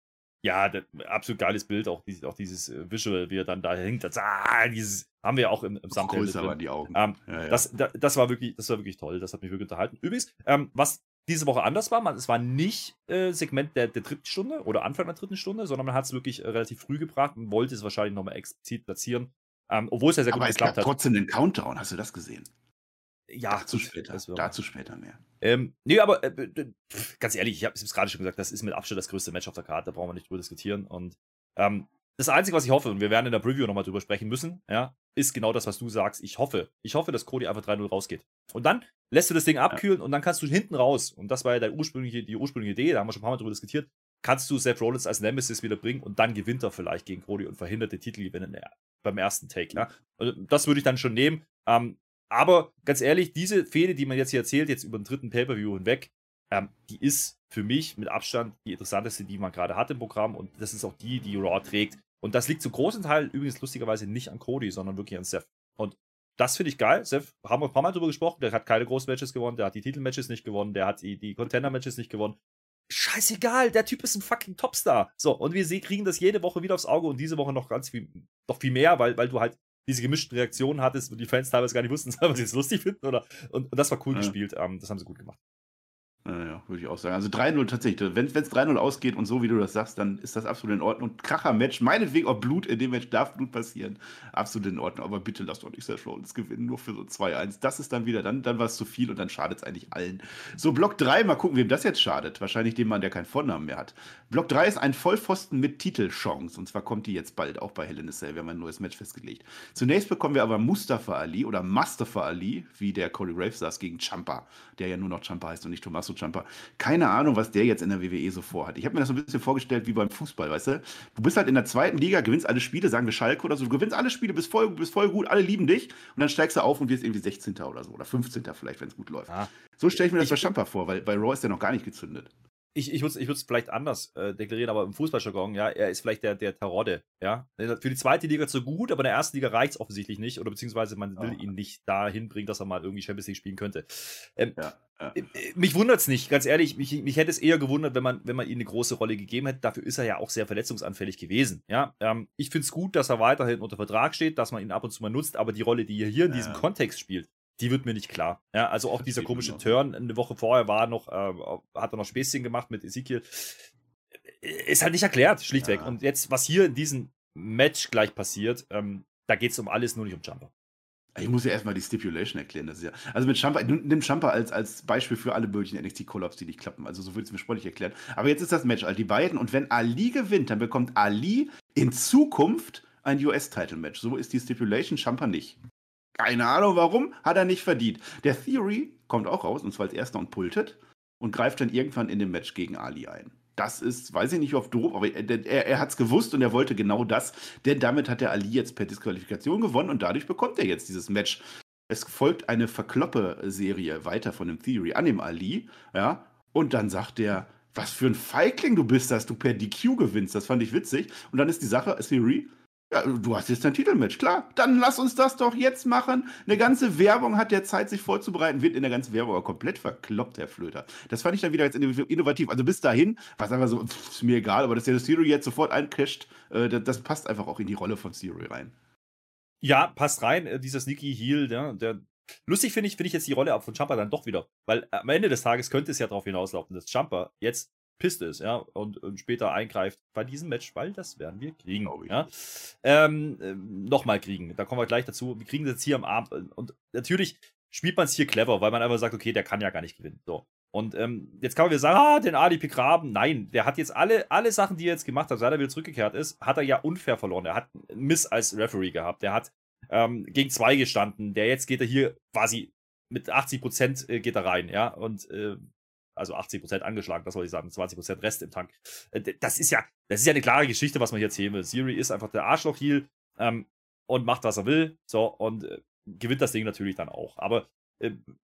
Ja, das, absolut geiles Bild, auch, dieses, auch dieses Visual, wie er dann da hängt. Das, ah, dieses haben wir auch im, im Thumbnail. Größer waren die Augen. Ähm, ja, ja. Das, das, das, war wirklich, das war wirklich toll, das hat mich wirklich unterhalten. Übrigens, ähm, was diese Woche anders war. Man, es war nicht äh, Segment der, der dritten Stunde oder Anfang der dritten Stunde, sondern man hat es wirklich äh, relativ früh gebracht und wollte es wahrscheinlich nochmal explizit platzieren. Ähm, obwohl es ja sehr gut Aber es geklappt gab hat. trotzdem den Countdown, hast du das gesehen? Ja, Dazu gut, später, das wir- dazu später mehr. Ähm, nee, aber äh, d- pf, ganz ehrlich, ich habe es gerade schon gesagt, das ist mit Abstand das größte Match auf der Karte, da brauchen wir nicht drüber diskutieren. Und ähm, das Einzige, was ich hoffe, und wir werden in der Preview nochmal drüber sprechen müssen, ja, ist genau das, was du sagst. Ich hoffe, ich hoffe, dass Cody einfach drei null rausgeht. Und dann lässt du das Ding abkühlen und dann kannst du hinten raus, und das war ja deine ursprüngliche, die ursprüngliche Idee, da haben wir schon ein paar Mal drüber diskutiert, kannst du Seth Rollins als Nemesis wieder bringen und dann gewinnt er vielleicht gegen Cody und verhindert den Titelgewinn in- beim ersten Take. Ja? Also das würde ich dann schon nehmen. Ähm, aber ganz ehrlich, diese Fehde, die man jetzt hier erzählt, jetzt über den dritten Pay-Per-View hinweg, ähm, die ist für mich mit Abstand die interessanteste, die man gerade hat im Programm, und das ist auch die, die Raw trägt. Und das liegt zu großen Teil übrigens lustigerweise nicht an Cody, sondern wirklich an Seth. Und das finde ich geil. Seth, haben wir ein paar Mal drüber gesprochen, der hat keine großen Matches gewonnen, der hat die Titelmatches nicht gewonnen, der hat die, die Contender-Matches nicht gewonnen. Scheißegal, der Typ ist ein fucking Topstar. So, und wir se- kriegen das jede Woche wieder aufs Auge und diese Woche noch ganz viel, noch viel mehr, weil, weil du halt diese gemischten Reaktionen hattest und die Fans teilweise gar nicht wussten, ob sie es lustig finden oder. Und, und das war cool Ja. gespielt. Ähm, das haben sie gut gemacht. Ja, ja, würde ich auch sagen. Also drei null tatsächlich. Wenn es drei null ausgeht und so, wie du das sagst, dann ist das absolut in Ordnung. Und Kracher-Match, meinetwegen auch Blut, in dem Match darf Blut passieren. Absolut in Ordnung. Aber bitte lasst doch nicht Seth Rollins gewinnen, nur für so zwei eins. Das ist dann wieder, dann, dann war es zu viel und dann schadet es eigentlich allen. So, Block drei, mal gucken, wem das jetzt schadet. Wahrscheinlich dem Mann, der keinen Vornamen mehr hat. Block drei ist ein Vollpfosten mit Titelchance. Und zwar kommt die jetzt bald, auch bei Hell in a Cell. Wir haben ein neues Match festgelegt. Zunächst bekommen wir aber Mustafa Ali oder Mustafa Ali, wie der Cody Graves saß, gegen Ciampa, der ja nur noch Ciampa heißt und nicht Tommaso Ciampa. Keine Ahnung, was der jetzt in der W W E so vorhat. Ich habe mir das so ein bisschen vorgestellt wie beim Fußball, weißt du? Du bist halt in der zweiten Liga, gewinnst alle Spiele, sagen wir Schalke oder so, du gewinnst alle Spiele, bist voll, bist voll gut, alle lieben dich und dann steigst du auf und wirst irgendwie sechzehnter oder so oder fünfzehnter vielleicht, wenn es gut läuft. Ah. So stelle ich mir das Ich- bei Ciampa vor, weil bei Raw ist der noch gar nicht gezündet. Ich, ich würde es ich würd's vielleicht anders äh, deklarieren, aber im Fußballjargon, ja, er ist vielleicht der, der Tarodde, ja. Für die zweite Liga so gut, aber in der ersten Liga reicht es offensichtlich nicht, oder beziehungsweise man will Oh. ihn nicht dahin bringen, dass er mal irgendwie Champions League spielen könnte. Ähm, Ja, ja. äh, äh, mich wundert es nicht, ganz ehrlich, mich, mich hätte es eher gewundert, wenn man, wenn man ihm eine große Rolle gegeben hätte. Dafür ist er ja auch sehr verletzungsanfällig gewesen, ja. Ähm, ich finde es gut, dass er weiterhin unter Vertrag steht, dass man ihn ab und zu mal nutzt, aber die Rolle, die er hier in Ja. diesem Kontext spielt, die wird mir nicht klar. Ja, also auch Das dieser geht mir komische noch. Turn eine Woche vorher war noch, äh, hat er noch Späßchen gemacht mit Ezekiel. Ist halt nicht erklärt, schlichtweg. Ja. Und jetzt, was hier in diesem Match gleich passiert, ähm, da geht es um alles, nur nicht um Jumper. Ich muss ja erstmal die Stipulation erklären. Das ist ja, also mit Ciampa, nimm nimm Ciampa als, als Beispiel für alle möglichen N X T-Collabs, die nicht klappen. Also so würde ich es mir sportlich erklären. Aber jetzt ist das Match halt die beiden. Und wenn Ali gewinnt, dann bekommt Ali in Zukunft ein U S-Title-Match. So ist die Stipulation, Ciampa nicht. Keine Ahnung warum, hat er nicht verdient. Der Theory kommt auch raus, und zwar als erster und pultet und greift dann irgendwann in dem Match gegen Ali ein. Das ist, weiß ich nicht, ob doof, aber er, er, er hat es gewusst und er wollte genau das, denn damit hat der Ali jetzt per Disqualifikation gewonnen und dadurch bekommt er jetzt dieses Match. Es folgt eine Verkloppe-Serie weiter von dem Theory an dem Ali, ja, und dann sagt der, was für ein Feigling du bist, dass du per D Q gewinnst, das fand ich witzig. Und dann ist die Sache, Theory, ja, du hast jetzt dein Titelmatch, klar, dann lass uns das doch jetzt machen. Eine ganze Werbung hat der Zeit, sich vorzubereiten, wird in der ganzen Werbung aber komplett verkloppt, Herr Flöter. Das fand ich dann wieder jetzt innovativ. Also bis dahin war es einfach so, pff, ist mir egal, aber dass der Theory jetzt sofort eincasht, äh, das, das passt einfach auch in die Rolle von Theory rein. Ja, passt rein, äh, dieser Sneaky Heel, der, der lustig finde ich, finde ich jetzt die Rolle ab von Ciampa dann doch wieder, weil am Ende des Tages könnte es ja darauf hinauslaufen, dass Ciampa jetzt pisst ist, ja, und, und später eingreift bei diesem Match, weil das werden wir kriegen, Glaube ich. ja. Ähm, ähm, nochmal kriegen, da kommen wir gleich dazu. Wir kriegen das jetzt hier am Abend und natürlich spielt man es hier clever, weil man einfach sagt, okay, der kann ja gar nicht gewinnen, so. Und ähm, jetzt kann man wieder sagen, ah, den Ali begraben. Nein, der hat jetzt alle, alle Sachen, die er jetzt gemacht hat, seit er wieder zurückgekehrt ist, hat er ja unfair verloren. Er hat einen Miss als Referee gehabt. Der hat ähm, gegen zwei gestanden. Der jetzt geht er hier quasi mit achtzig Prozent äh, geht er rein, ja. Und äh, also achtzig Prozent angeschlagen, das wollte ich sagen, zwanzig Prozent Rest im Tank. Äh, das ist ja, das ist ja eine klare Geschichte, was man hier erzählen will. Siri ist einfach der Arschloch-Heel ähm, und macht, was er will. So, und äh, gewinnt das Ding natürlich dann auch. Aber äh,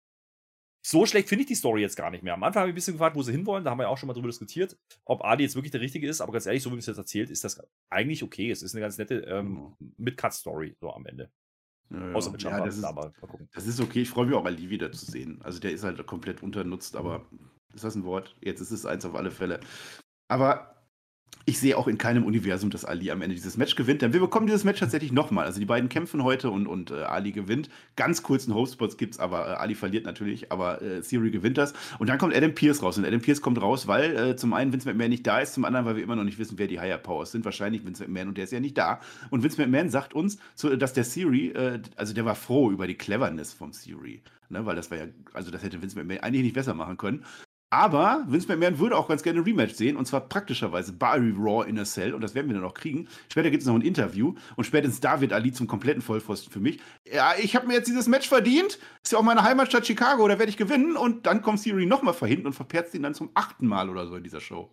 so schlecht finde ich die Story jetzt gar nicht mehr. Am Anfang habe ich ein bisschen gefragt, wo sie hinwollen. Da haben wir ja auch schon mal drüber diskutiert, ob Ali jetzt wirklich der Richtige ist. Aber ganz ehrlich, so wie es jetzt erzählt, ist das eigentlich okay. Es ist eine ganz nette ähm, Mid-Cut-Story so am Ende. Ja, ja. Außer mit Ja, Ciampa. das ist- da mal, mal gucken. Das ist okay, ich freue mich auch, Ali wieder zu sehen. Also der ist halt komplett unternutzt, aber ist das ein Wort? Jetzt ist es eins auf alle Fälle. Aber Ich sehe auch in keinem Universum, dass Ali am Ende dieses Match gewinnt, denn wir bekommen dieses Match tatsächlich nochmal. Also die beiden kämpfen heute und, und äh, Ali gewinnt. Ganz kurzen Hostpots gibt's, aber äh, Ali verliert natürlich, aber äh, Theory gewinnt das. Und dann kommt Adam Pearce raus. Und Adam Pearce kommt raus, weil äh, zum einen Vince McMahon nicht da ist, zum anderen, weil wir immer noch nicht wissen, wer die Higher Powers sind. Wahrscheinlich Vince McMahon und der ist ja nicht da. Und Vince McMahon sagt uns, so, dass der Theory, äh, also der war froh über die Cleverness vom Theory. Ne, weil das war ja, also das hätte Vince McMahon eigentlich nicht besser machen können. Aber Vince McMahon würde auch ganz gerne ein Rematch sehen, und zwar praktischerweise bei Raw in a Cell, und das werden wir dann auch kriegen. Später gibt es noch ein Interview, und spätestens da wird Ali zum kompletten Vollpfosten für mich. Ja, ich habe mir jetzt dieses Match verdient, ist ja auch meine Heimatstadt Chicago, da werde ich gewinnen, und dann kommt Theory nochmal verhinten und verperzt ihn dann zum achten Mal oder so in dieser Show.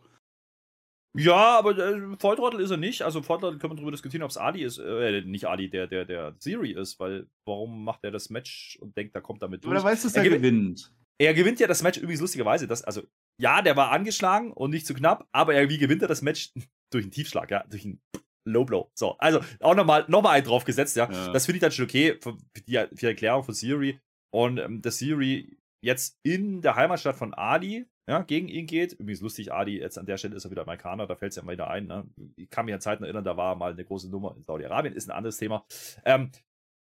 Ja, aber äh, Volltrottel ist er nicht. Also Volltrottel können wir darüber diskutieren, ob es Ali ist, äh, nicht Ali, der, der, der Theory ist, weil warum macht er das Match und denkt, da kommt damit durch? Oder weißt du, dass er, er gewinnt? Er gewinnt ja das Match übrigens lustigerweise. Das, also, ja, der war angeschlagen und nicht zu knapp, aber er, wie gewinnt er das Match? Durch einen Tiefschlag, ja, durch einen Low Blow. So, also auch nochmal noch mal einen draufgesetzt, ja. ja. Das finde ich dann schon okay für die, für die Erklärung von Theory. Und ähm, dass Theory jetzt in der Heimatstadt von Ali, ja, gegen ihn geht. Übrigens lustig, Ali, jetzt an der Stelle ist er wieder Amerikaner, da fällt es ja immer wieder ein. Ne? Ich kann mich an Zeiten erinnern, da war mal eine große Nummer in Saudi-Arabien, ist ein anderes Thema. Ähm,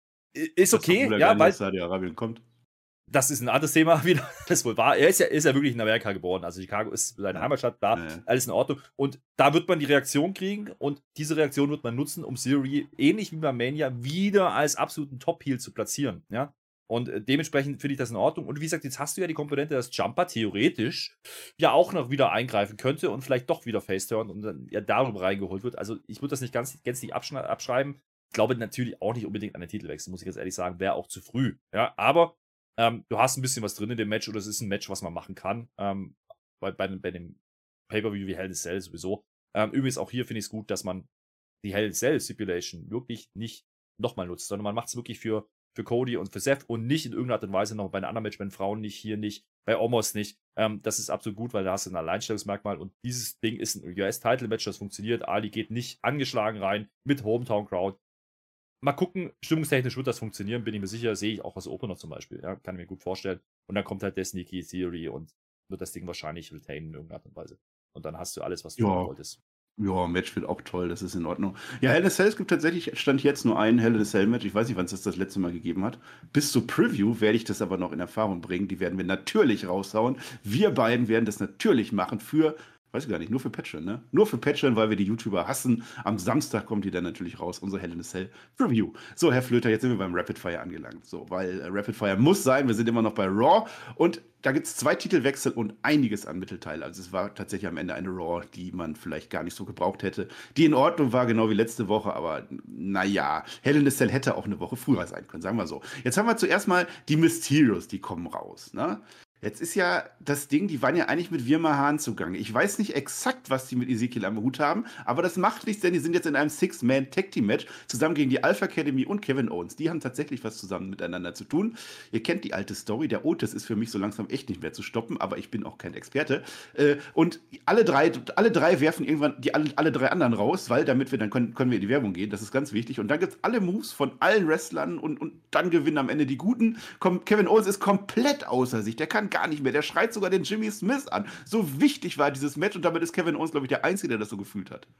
ist okay, das ja, weil Saudi-Arabien kommt. Das ist ein anderes Thema, wie das wohl war. Er ist ja, ist ja wirklich in Amerika geboren. Also Chicago ist seine Heimatstadt, da, ja. Alles in Ordnung. Und da wird man die Reaktion kriegen und diese Reaktion wird man nutzen, um Theory, ähnlich wie bei Mania, wieder als absoluten Top-Heel zu platzieren. Ja? Und dementsprechend finde ich das in Ordnung. Und wie gesagt, jetzt hast du ja die Komponente, dass Ciampa theoretisch ja auch noch wieder eingreifen könnte und vielleicht doch wieder Faceturn und dann ja darüber reingeholt wird. Also ich würde das nicht ganz gänzlich abschreiben. Ich glaube natürlich auch nicht unbedingt an den Titelwechsel, muss ich jetzt ehrlich sagen, wäre auch zu früh. Ja, aber Ähm, du hast ein bisschen was drin in dem Match oder es ist ein Match, was man machen kann. Ähm, bei, bei, bei dem Pay-Per-View wie Hell in a Cell sowieso. Ähm, übrigens auch hier finde ich es gut, dass man die Hell in a Cell Stipulation wirklich nicht nochmal nutzt, sondern man macht es wirklich für, für Cody und für Seth und nicht in irgendeiner Art und Weise noch bei einem anderen Match, bei den Frauen nicht, hier nicht, bei Omos nicht. Ähm, das ist absolut gut, weil da hast du ein Alleinstellungsmerkmal und dieses Ding ist ein U S-Title-Match, das funktioniert. Ali geht nicht angeschlagen rein mit Hometown-Crowd. Mal gucken, stimmungstechnisch wird das funktionieren, bin ich mir sicher, sehe ich auch als Opener zum Beispiel, ja, kann ich mir gut vorstellen. Und dann kommt halt der Sneaky Theory und wird das Ding wahrscheinlich retainen in irgendeiner Art und Weise. Und dann hast du alles, was du ja. wolltest. Ja, Match wird auch toll, das ist in Ordnung. Ja, Hell in a Cell, es gibt tatsächlich, stand jetzt nur ein Hell in a Cell Match, ich weiß nicht, wann es das das letzte Mal gegeben hat. Bis zur Preview werde ich das aber noch in Erfahrung bringen, die werden wir natürlich raushauen. Wir beiden werden das natürlich machen für... Weiß ich gar nicht, nur für Patreon, ne? Nur für Patreon, weil wir die YouTuber hassen. Am Samstag kommt die dann natürlich raus, unsere Hell in a Cell Preview. So, Herr Flöter, jetzt sind wir beim Rapid Fire angelangt. So, weil äh, Rapid Fire muss sein, wir sind immer noch bei Raw. Und da gibt es zwei Titelwechsel und einiges an Mittelteil. Also es war tatsächlich am Ende eine Raw, die man vielleicht gar nicht so gebraucht hätte. Die in Ordnung war, genau wie letzte Woche, aber naja, Hell in a Cell hätte auch eine Woche früher sein können, sagen wir so. Jetzt haben wir zuerst mal die Mysterios, die kommen raus, ne? Jetzt ist ja das Ding, die waren ja eigentlich mit Virma Hahn zugange. Ich weiß nicht exakt, was die mit Ezekiel am Hut haben, aber das macht nichts, denn die sind jetzt in einem Six-Man-Tag-Team-Match zusammen gegen die Alpha Academy und Kevin Owens. Die haben tatsächlich was zusammen miteinander zu tun. Ihr kennt die alte Story. Der Otis ist für mich so langsam echt nicht mehr zu stoppen, aber ich bin auch kein Experte. Und alle drei, alle drei werfen irgendwann die alle, alle drei anderen raus, weil damit wir dann können, können wir in die Werbung gehen. Das ist ganz wichtig. Und dann gibt es alle Moves von allen Wrestlern und, und dann gewinnen am Ende die Guten. Kevin Owens ist komplett außer sich. Der kann gar nicht mehr. Der schreit sogar den Jimmy Smith an. So wichtig war dieses Match und damit ist Kevin Owens, glaube ich, der Einzige, der das so gefühlt hat.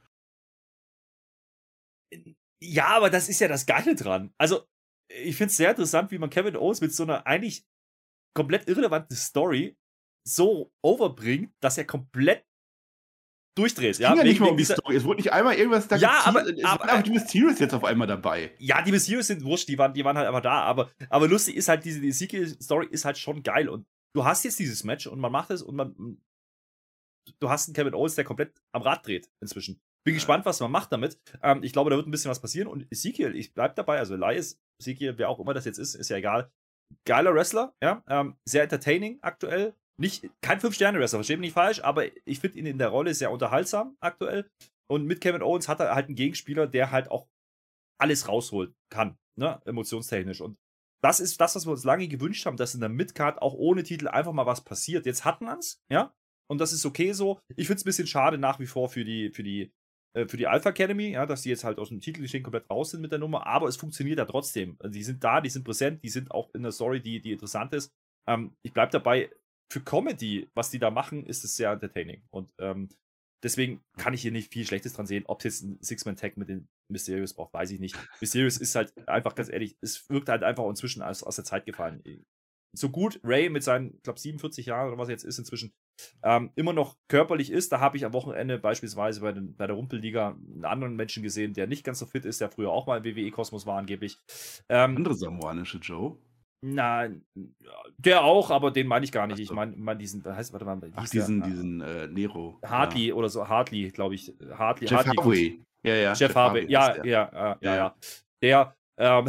Ja, aber das ist ja das Geile dran. Also, ich finde es sehr interessant, wie man Kevin Owens mit so einer eigentlich komplett irrelevanten Story so overbringt, dass er komplett durchdreht. Es ging ja, ja nicht mal um die Story. Es wurde nicht einmal irgendwas da ja, aber, es aber, waren aber die Mysterios jetzt auf einmal dabei. Ja, die Mysterios sind wurscht, die waren, die waren halt einfach da. Aber, aber lustig ist halt, diese die Ezekiel-Story ist halt schon geil. Und du hast jetzt dieses Match und man macht es und man. Du hast einen Kevin Owens, der komplett am Rad dreht inzwischen. Bin ja. gespannt, was man macht damit. Ähm, ich glaube, da wird ein bisschen was passieren. Und Ezekiel, ich bleib dabei, also Elias, Ezekiel, wer auch immer das jetzt ist, ist ja egal. Geiler Wrestler, ja. Ähm, sehr entertaining aktuell. Nicht, kein Fünf-Sterne-Wrestler, verstehe mich nicht falsch, aber ich finde ihn in der Rolle sehr unterhaltsam aktuell. Und mit Kevin Owens hat er halt einen Gegenspieler, der halt auch alles rausholen kann, ne, emotionstechnisch. Und das ist das, was wir uns lange gewünscht haben, dass in der Midcard auch ohne Titel einfach mal was passiert. Jetzt hatten wir es, ja, und das ist okay so. Ich finde es ein bisschen schade nach wie vor für die, für die, äh, für die Alpha Academy, ja, dass die jetzt halt aus dem Titelgeschehen komplett raus sind mit der Nummer, aber es funktioniert ja trotzdem. Also die sind da, die sind präsent, die sind auch in der Story, die, die interessant ist. Ähm, ich bleibe dabei, für Comedy, was die da machen, ist es sehr entertaining. Und ähm, deswegen kann ich hier nicht viel Schlechtes dran sehen. Ob es jetzt ein Six-Man-Tag mit den Mysterios braucht, weiß ich nicht. Mysterios ist halt einfach, ganz ehrlich, es wirkt halt einfach inzwischen aus, aus der Zeit gefallen. So gut Ray mit seinen, ich glaube, siebenundvierzig Jahren oder was er jetzt ist inzwischen, ähm, immer noch körperlich ist. Da habe ich am Wochenende beispielsweise bei, den, bei der Rumpelliga einen anderen Menschen gesehen, der nicht ganz so fit ist, der früher auch mal im W W E-Kosmos war angeblich. Ähm, Andere samoanische Joe? Na, der auch, aber den meine ich gar nicht. Ach Ich so. meine mein diesen, heißt, warte mal, wie Ach, hieß der? diesen, diesen äh, Nero. Hartley Ja. oder so, Hartley, glaube ich. Hartley, Jeff Hartley Harvey. Ja, ja. Jeff Harvey, heißt ja, der. ja, ja, ja, Ja. ja. Der, ähm,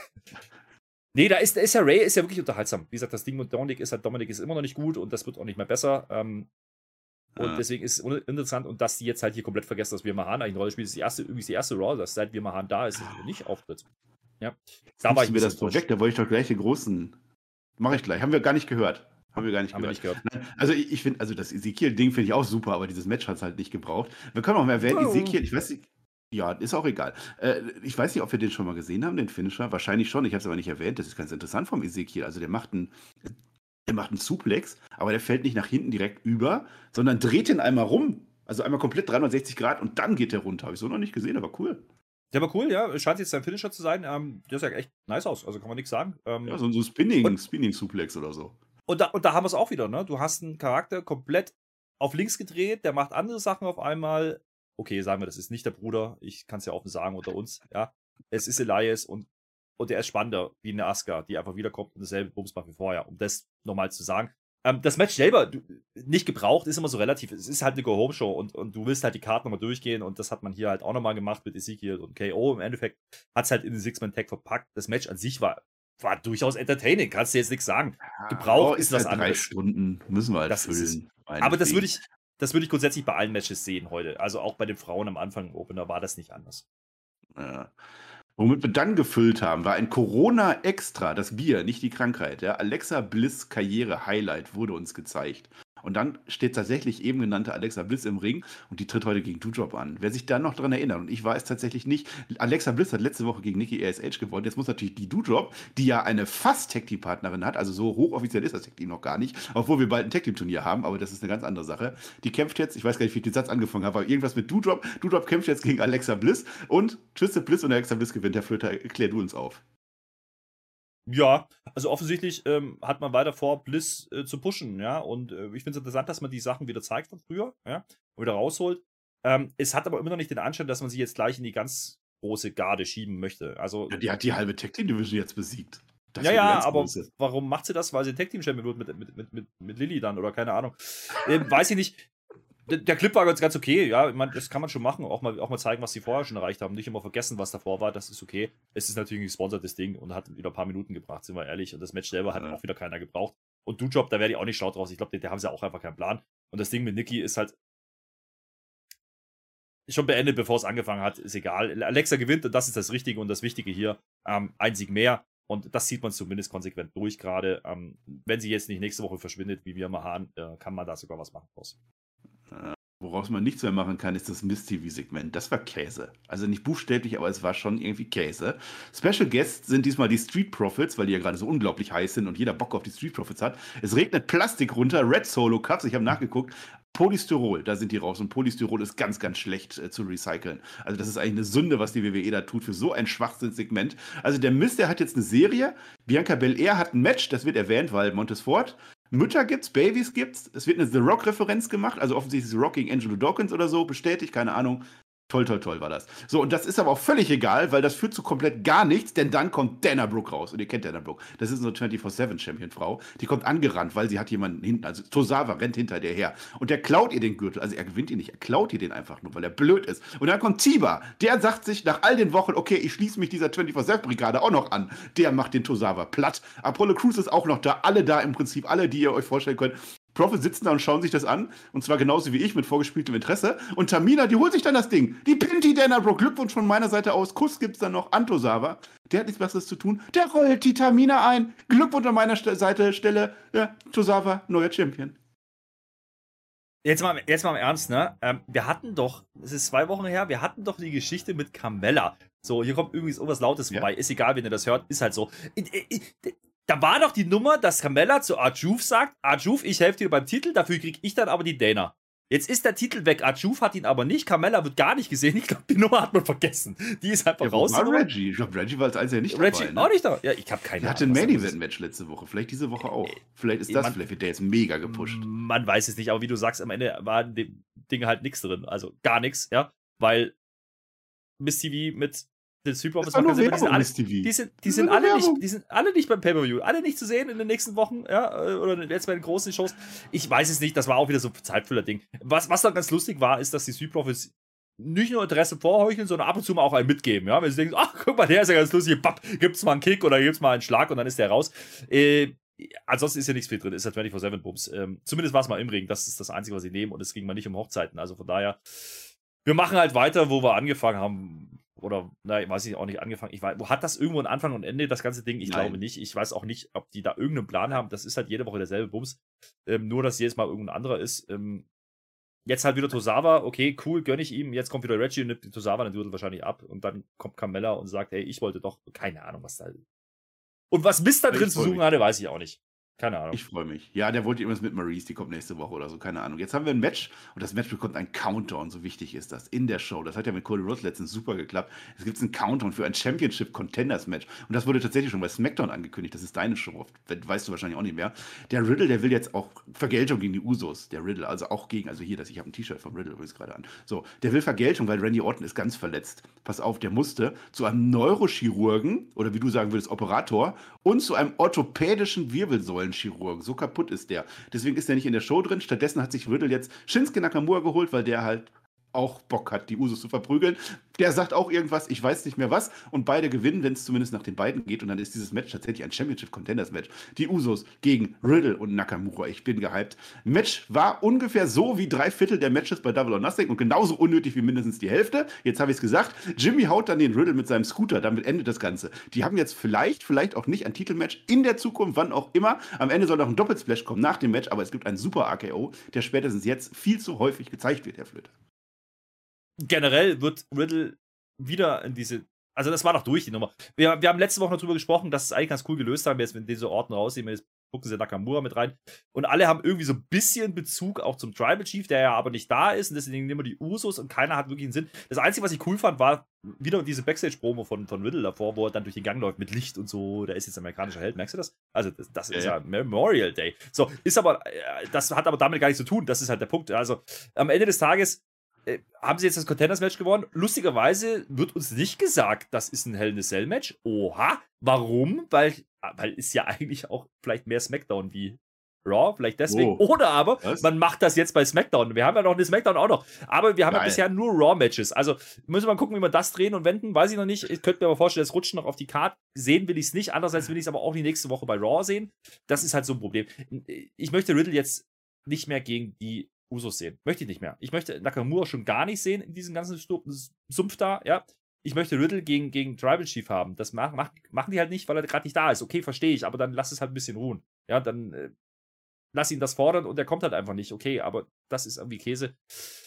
nee, da ist, da ist ja Ray, ist ja wirklich unterhaltsam. Wie gesagt, das Ding mit Dominic ist halt, Dominic ist immer noch nicht gut und das wird auch nicht mehr besser. Ähm, und Ja. deswegen ist es uninteressant und dass die jetzt halt hier komplett vergessen, dass wir Mahan eigentlich eine Rolle spielt. Das ist die erste, übrigens die erste Raw, dass seit wir Mahan da ist, nicht auftritt. Ja. Da war ich mir ein das bisschen vorweg, da wollte ich doch gleich den großen. Mache ich gleich. Haben wir gar nicht gehört. Haben wir gar nicht Haben wir gehört. nicht gehört. Also ich, ich finde, also das Ezekiel-Ding finde ich auch super, aber dieses Match hat es halt nicht gebraucht. Wir können auch mal erwähnen, Oh. Ezekiel, ich weiß nicht, ja, ist auch egal. Äh, ich weiß nicht, ob wir den schon mal gesehen haben, den Finisher. Wahrscheinlich schon, ich habe es aber nicht erwähnt. Das ist ganz interessant vom Ezekiel. Also der macht einen, der macht einen Suplex, aber der fällt nicht nach hinten direkt über, sondern dreht ihn einmal rum. Also einmal komplett dreihundertsechzig Grad und dann geht der runter. Habe ich so noch nicht gesehen, aber cool. Der war cool, ja. Scheint jetzt sein Finisher zu sein. Ähm, der sah echt nice aus, also kann man nichts sagen. Ähm, Ja, so ein so Spinning, Und- Spinning-Suplex oder so. Und da, und da haben wir es auch wieder, ne? Du hast einen Charakter komplett auf links gedreht, der macht andere Sachen auf einmal. Okay, sagen wir, das ist nicht der Bruder. Ich kann es ja offen sagen unter uns, ja. Es ist Elias und, und der ist spannender wie eine Asuka, die einfach wiederkommt und dasselbe Bums macht wie vorher. Um das nochmal zu sagen. Ähm, das Match selber, du, nicht gebraucht, ist immer so relativ. Es ist halt eine Go-Home-Show und, und du willst halt die Karten nochmal durchgehen und das hat man hier halt auch nochmal gemacht mit Ezekiel und K O. Im Endeffekt hat es halt in den Six-Man-Tag verpackt. Das Match an sich war, war durchaus entertaining, kannst du jetzt nichts sagen. Gebraucht Oh, ist was halt drei anderes. Stunden, müssen wir halt Das ist es. füllen. Aber das meinetwegen. würde ich, das würde ich grundsätzlich bei allen Matches sehen heute. Also auch bei den Frauen am Anfang im Opener war das nicht anders. Ja. Womit wir dann gefüllt haben, war ein Corona Extra, das Bier, nicht die Krankheit. Ja. Alexa Bliss Karriere Highlight wurde uns gezeigt. Und dann steht tatsächlich eben genannte Alexa Bliss im Ring und die tritt heute gegen Doudrop an. Wer sich da noch dran erinnert, und ich war es tatsächlich nicht, Alexa Bliss hat letzte Woche gegen Nikki A S H gewonnen. Jetzt muss natürlich die Doudrop, die ja eine fast Tag-Team-Partnerin hat, also so hochoffiziell ist das Tag-Team noch gar nicht, obwohl wir bald ein Tag-Team-Turnier haben, aber das ist eine ganz andere Sache. Die kämpft jetzt, ich weiß gar nicht, wie ich den Satz angefangen habe, aber irgendwas mit Doudrop. Doudrop kämpft jetzt gegen Alexa Bliss und Twisted Bliss und Alexa Bliss gewinnt. Herr Flöter, klär du uns auf. Ja, also offensichtlich ähm, hat man weiter vor, Bliss äh, zu pushen, ja. Und äh, ich finde es interessant, dass man die Sachen wieder zeigt von früher, ja, und wieder rausholt. Ähm, es hat aber immer noch nicht den Anschein, dass man sie jetzt gleich in die ganz große Garde schieben möchte. Also, Ja, die hat die halbe Tag-Team-Division jetzt besiegt. Das ja, ist die ja, ganz aber große. warum macht sie das? Weil sie ein Tag-Team-Champion wird mit, mit, mit, mit, mit Lilly dann oder keine Ahnung. Ähm, weiß ich nicht. Der, der Clip war ganz, ganz okay, ja. Ich meine, das kann man schon machen. Auch mal, auch mal zeigen, was sie vorher schon erreicht haben. Nicht immer vergessen, was davor war. Das ist okay. Es ist natürlich ein gesponsertes Ding und hat wieder ein paar Minuten gebracht, sind wir ehrlich. Und das Match selber hat Ja. auch wieder keiner gebraucht. Und Doudrop, da wäre ich auch nicht schlau draus. Ich glaube, da haben sie auch einfach keinen Plan. Und das Ding mit Nikki ist halt schon beendet, bevor es angefangen hat. Ist egal. Alexa gewinnt und das ist das Richtige und das Wichtige hier. Ähm, ein Sieg mehr. Und das sieht man zumindest konsequent durch gerade. Ähm, wenn sie jetzt nicht nächste Woche verschwindet, wie wir mal haben, äh, kann man da sogar was machen draus. Woraus man nichts mehr machen kann, ist das Miss-T V-Segment. Das war Käse. Also nicht buchstäblich, aber es war schon irgendwie Käse. Special Guests sind diesmal die Street Profits, weil die ja gerade so unglaublich heiß sind und jeder Bock auf die Street Profits hat. Es regnet Plastik runter, Red Solo Cups, ich habe nachgeguckt. Polystyrol, da sind die raus. Und Polystyrol ist ganz, ganz schlecht äh, zu recyceln. Also das ist eigentlich eine Sünde, was die W W E da tut für so ein Schwachsinnssegment. Also der Mist, der hat jetzt eine Serie. Bianca Belair hat ein Match, das wird erwähnt, weil Montesfort. Mütter gibt's, Babys gibt's. Es wird eine The Rock-Referenz gemacht, also offensichtlich ist The Rock gegen Angelo Dawkins oder so, bestätigt, keine Ahnung. Toll, toll, toll war das. So, und das ist aber auch völlig egal, weil das führt zu komplett gar nichts, denn dann kommt Dana Brooke raus. Und ihr kennt Dana Brooke. Das ist eine vierundzwanzig sieben Champion-Frau. Die kommt angerannt, weil sie hat jemanden hinten, also Tosawa rennt hinter der her. Und der klaut ihr den Gürtel. Also er gewinnt ihn nicht, er klaut ihr den einfach nur, weil er blöd ist. Und dann kommt Tiba. Der sagt sich nach all den Wochen, okay, ich schließe mich dieser vierundzwanzig sieben Brigade auch noch an. Der macht den Tosawa platt. Apollo Crews ist auch noch da. Alle da im Prinzip, alle, die ihr euch vorstellen könnt. Profit sitzen da und schauen sich das an. Und zwar genauso wie ich, mit vorgespieltem Interesse. Und Tamina, die holt sich dann das Ding. Die pinnt die Dana Brooke. Glückwunsch von meiner Seite aus. Kuss gibt's dann noch an Tosawa. Der hat nichts Besseres zu tun. Der rollt die Tamina ein. Glückwunsch an meiner St- Seite. Stelle. Ja, Tosawa, neuer Champion. Jetzt mal, jetzt mal im Ernst, ne? Ähm, wir hatten doch, es ist zwei Wochen her, wir hatten doch die Geschichte mit Carmella. So, hier kommt übrigens irgendwas Lautes Ja. vorbei. Ist egal, wenn ihr das hört, ist halt so. I- I- I- Da war doch die Nummer, dass Carmella zu Arjuf sagt, Arjuf, ich helfe dir beim Titel, dafür krieg ich dann aber die Dana. Jetzt ist der Titel weg. Arjuf hat ihn aber nicht. Carmella wird gar nicht gesehen. Ich glaube, die Nummer hat man vergessen. Die ist einfach Ja, raus. war Reggie. Ich glaube, Reggie war als einziger nicht Reggie dabei. Ne? auch nicht da. Ja, ich habe keine Der hatte ein Main-Event-Match letzte Woche. Vielleicht diese Woche auch. Vielleicht ist das, man, vielleicht wird der jetzt mega gepusht. Man weiß es nicht, aber wie du sagst, am Ende war in dem Ding halt nichts drin. Also gar nichts, ja. Weil Miss T V mit den Super das war nur die Werbung, sind alle, Miss T V. die sind, die Das sind war nur alle nicht, Werbung. die sind alle nicht beim Pay-Per-View, alle nicht zu sehen in den nächsten Wochen, ja, oder jetzt bei den großen Shows. Ich weiß es nicht, das war auch wieder so ein Zeitfüller-Ding. Was, was dann ganz lustig war, ist, dass die Street Profits nicht nur Interesse vorheucheln, sondern ab und zu mal auch einen mitgeben, ja. Wenn sie denken, ach, guck mal, der ist ja ganz lustig, papp, gibt's mal einen Kick oder gibt's mal einen Schlag und dann ist der raus. Äh, ansonsten ist ja nichts viel drin, ist ja vierundzwanzig sieben Bums. Ähm, zumindest war es mal im Ring, das ist das Einzige, was sie nehmen und es ging mal nicht um Hochzeiten, also von daher, wir machen halt weiter, wo wir angefangen haben. Oder, nein, weiß ich auch nicht, angefangen. Ich weiß, hat das irgendwo einen Anfang und Ende, das ganze Ding? Ich Nein. glaube nicht. Ich weiß auch nicht, ob die da irgendeinen Plan haben. Das ist halt jede Woche derselbe Bums. Ähm, nur, dass jedes Mal irgendein anderer ist. Ähm, jetzt halt wieder Tosawa. Okay, cool, gönne ich ihm. Jetzt kommt wieder Reggie und nimmt die Tosawa dann Gürtel wahrscheinlich ab. Und dann kommt Carmella und sagt, ey, ich wollte doch, keine Ahnung, was da ist. Und was Mist da drin Ich zu freu suchen mich. hatte, weiß ich auch nicht. Keine Ahnung. Ich freue mich. Ja, der wollte irgendwas mit Maurice, die kommt nächste Woche oder so, keine Ahnung. Jetzt haben wir ein Match und das Match bekommt einen Countdown, so wichtig ist das, in der Show. Das hat ja mit Cody Rhodes letztens super geklappt. Es gibt einen Countdown für ein Championship-Contenders-Match und das wurde tatsächlich schon bei SmackDown angekündigt. Das ist deine Show, weißt du wahrscheinlich auch nicht mehr. Der Riddle, der will jetzt auch Vergeltung gegen die Usos, der Riddle, also auch gegen, also hier, das, ich habe ein T-Shirt vom Riddle übrigens gerade an. So, der will Vergeltung, weil Randy Orton ist ganz verletzt. Pass auf, der musste zu einem Neurochirurgen oder wie du sagen würdest, Operator und zu einem orthopädischen Wirbelsäulenchirurgen. So kaputt ist der. Deswegen ist er nicht in der Show drin. Stattdessen hat sich Riddle jetzt Shinsuke Nakamura geholt, weil der halt auch Bock hat, die Usos zu verprügeln. Der sagt auch irgendwas, ich weiß nicht mehr was. Und beide gewinnen, wenn es zumindest nach den beiden geht. Und dann ist dieses Match tatsächlich ein Championship-Contenders-Match. Die Usos gegen Riddle und Nakamura. Ich bin gehypt. Match war ungefähr so wie drei Viertel der Matches bei Double or Nothing und genauso unnötig wie mindestens die Hälfte. Jetzt habe ich es gesagt. Jimmy haut dann den Riddle mit seinem Scooter. Damit endet das Ganze. Die haben jetzt vielleicht, vielleicht auch nicht ein Titelmatch in der Zukunft, wann auch immer. Am Ende soll noch ein Doppelsplash kommen nach dem Match. Aber es gibt einen super R K O, der spätestens jetzt viel zu häufig gezeigt wird, Herr Flöter. Generell wird Riddle wieder in diese. Also, das war doch durch, die Nummer. Wir, wir haben letzte Woche noch drüber gesprochen, dass es eigentlich ganz cool gelöst haben, jetzt mit diese Orten rausnehmen, jetzt gucken sie Nakamura mit rein. Und alle haben irgendwie so ein bisschen Bezug auch zum Tribal Chief, der ja aber nicht da ist. Und deswegen nehmen wir die Usos und keiner hat wirklich einen Sinn. Das Einzige, was ich cool fand, war wieder diese Backstage-Promo von, von Riddle davor, wo er dann durch den Gang läuft mit Licht und so. Der ist jetzt amerikanischer Held, merkst du das? Also, das, das ist ja, ja Memorial Day. So, ist aber, das hat aber damit gar nichts zu tun. Das ist halt der Punkt. Also, am Ende des Tages äh, haben sie jetzt das Contenders-Match gewonnen. Lustigerweise wird uns nicht gesagt, das ist ein Hell in a Cell-Match. Oha, warum? Weil, weil ist ja eigentlich auch vielleicht mehr Smackdown wie Raw, vielleicht deswegen. Oh. Oder aber, Was? man macht das jetzt bei SmackDown. Wir haben ja noch eine SmackDown auch noch. Aber wir haben Geil. ja bisher nur Raw-Matches. Also müssen wir mal gucken, wie wir das drehen und wenden. Weiß ich noch nicht. Ich könnte mir aber vorstellen, es rutscht noch auf die Karte. Sehen will ich es nicht. Andererseits will ich es aber auch die nächste Woche bei Raw sehen. Das ist halt so ein Problem. Ich möchte Riddle jetzt nicht mehr gegen die Usos sehen. Möchte ich nicht mehr. Ich möchte Nakamura schon gar nicht sehen in diesem ganzen Sumpf da, ja. Ich möchte Riddle gegen, gegen Tribal Chief haben. Das mach, mach, machen die halt nicht, weil er gerade nicht da ist. Okay, verstehe ich, aber dann lass es halt ein bisschen ruhen. Ja, dann äh, lass ihn das fordern und er kommt halt einfach nicht. Okay, aber das ist irgendwie Käse.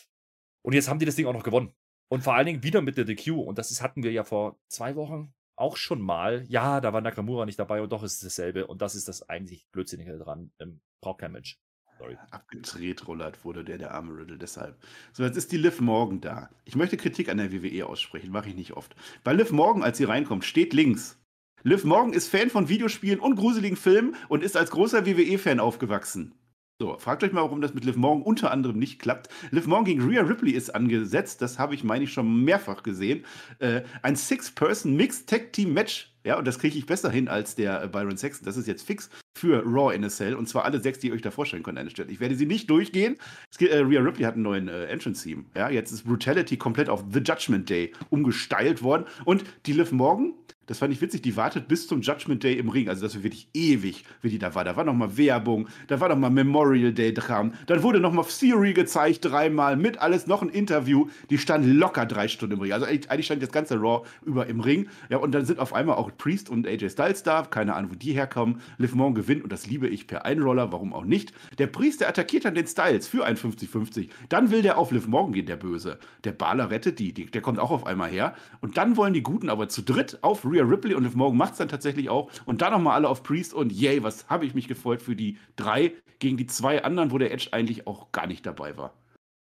Und jetzt haben die das Ding auch noch gewonnen. Und vor allen Dingen wieder mit der D Q. Und das ist, hatten wir ja vor zwei Wochen auch schon mal. Ja, da war Nakamura nicht dabei und doch ist es dasselbe. Und das ist das eigentlich Blödsinnige dran. Ähm, braucht kein Mensch. Sorry. Abgedreht rollert wurde der, der arme Riddle, deshalb. So, jetzt ist die Liv Morgan da. Ich möchte Kritik an der W W E aussprechen, mache ich nicht oft. Bei Liv Morgan, als sie reinkommt, steht links. Liv Morgan ist Fan von Videospielen und gruseligen Filmen und ist als großer W W E-Fan aufgewachsen. So, fragt euch mal, warum das mit Liv Morgan unter anderem nicht klappt. Liv Morgan gegen Rhea Ripley ist angesetzt, das habe ich, meine ich, schon mehrfach gesehen. Äh, ein Six-Person-Mixed-Tag-Team-Match. Ja, und das kriege ich besser hin als der äh, Byron Saxton. Das ist jetzt fix für Raw in a Cell. Und zwar alle sechs, die ihr euch da vorstellen könnt an der Stelle. Ich werde sie nicht durchgehen. Es geht, äh, Rhea Ripley hat einen neuen äh, Entrance-Theme. Ja, jetzt ist Brutality komplett auf The Judgment Day umgestylt worden. Und die Liv Morgan, das fand ich witzig, die wartet bis zum Judgment Day im Ring. Also das war wirklich ewig, wie die da war. Da war nochmal Werbung, da war nochmal Memorial Day-Dram. Dann wurde nochmal Theory gezeigt, dreimal, mit alles noch ein Interview. Die stand locker drei Stunden im Ring. Also eigentlich stand das ganze Raw über im Ring. Ja, und dann sind auf einmal auch Priest und A J Styles da. Keine Ahnung, wo die herkommen. Liv Morgan gewinnt und das liebe ich per Einroller, warum auch nicht. Der Priest, der attackiert dann den Styles für ein fünfzig fünfzig. Dann will der auf Liv Morgan gehen, der Böse. Der Balor rettet die, die, der kommt auch auf einmal her. Und dann wollen die Guten aber zu dritt auf Rhea Ripley und Liv Morgan macht es dann tatsächlich auch. Und dann nochmal alle auf Priest und yay, was habe ich mich gefreut für die drei gegen die zwei anderen, wo der Edge eigentlich auch gar nicht dabei war.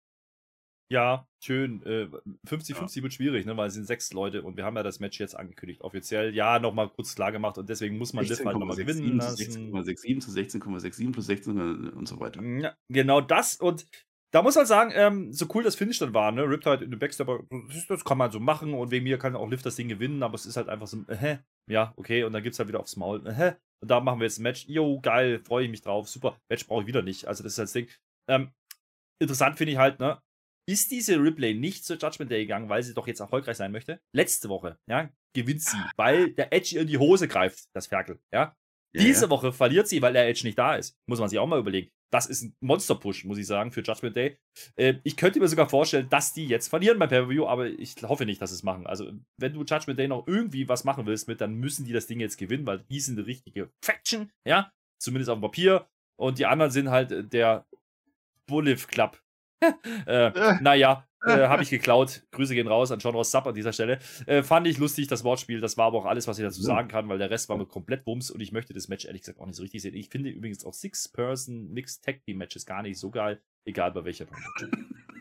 Ja, schön. Äh, fünfzig fünfzig wird schwierig, ne, weil es sind sechs Leute und wir haben ja das Match jetzt angekündigt, offiziell. Ja, nochmal kurz klar gemacht und deswegen muss man Liv halt nochmal gewinnen zu sechzehn Komma sechs sieben zu sechzehn Komma sechs sieben plus sechzehn und so weiter. Ja, genau das und da muss man sagen, ähm, so cool das Finish dann war, ne, Riptide in den Backstabber, das, das kann man so machen und wegen mir kann auch Liv das Ding gewinnen, aber es ist halt einfach so, äh, ja, okay, und dann gibt's halt wieder aufs Maul, äh, und da machen wir jetzt ein Match, jo, geil, freue ich mich drauf, super, Match brauche ich wieder nicht, also das ist halt das Ding. Ähm, interessant finde ich halt, ne, ist diese Ripley nicht zur Judgment Day gegangen, weil sie doch jetzt erfolgreich sein möchte? Letzte Woche, ja, gewinnt sie, weil der Edge ihr in die Hose greift, das Ferkel, ja. Ja, Diese ja. Woche verliert sie, weil der Edge nicht da ist. Muss man sich auch mal überlegen. Das ist ein Monster-Push, muss ich sagen, für Judgment Day. Äh, ich könnte mir sogar vorstellen, dass die jetzt verlieren beim Pay-Per-View, aber ich hoffe nicht, dass sie es machen. Also, wenn du Judgment Day noch irgendwie was machen willst mit, dann müssen die das Ding jetzt gewinnen, weil die sind eine richtige Faction, ja, zumindest auf dem Papier. Und die anderen sind halt der Bulliv Club. äh, naja, äh, habe ich geklaut. Grüße gehen raus an John Ross Sapp an dieser Stelle. Äh, fand ich lustig, das Wortspiel. Das war aber auch alles, was ich dazu sagen kann, weil der Rest war mir komplett Wumms und ich möchte das Match ehrlich gesagt auch nicht so richtig sehen. Ich finde übrigens auch Six-Person-Mixed-Tag-Team-Matches gar nicht so geil, egal bei welcher Promotion.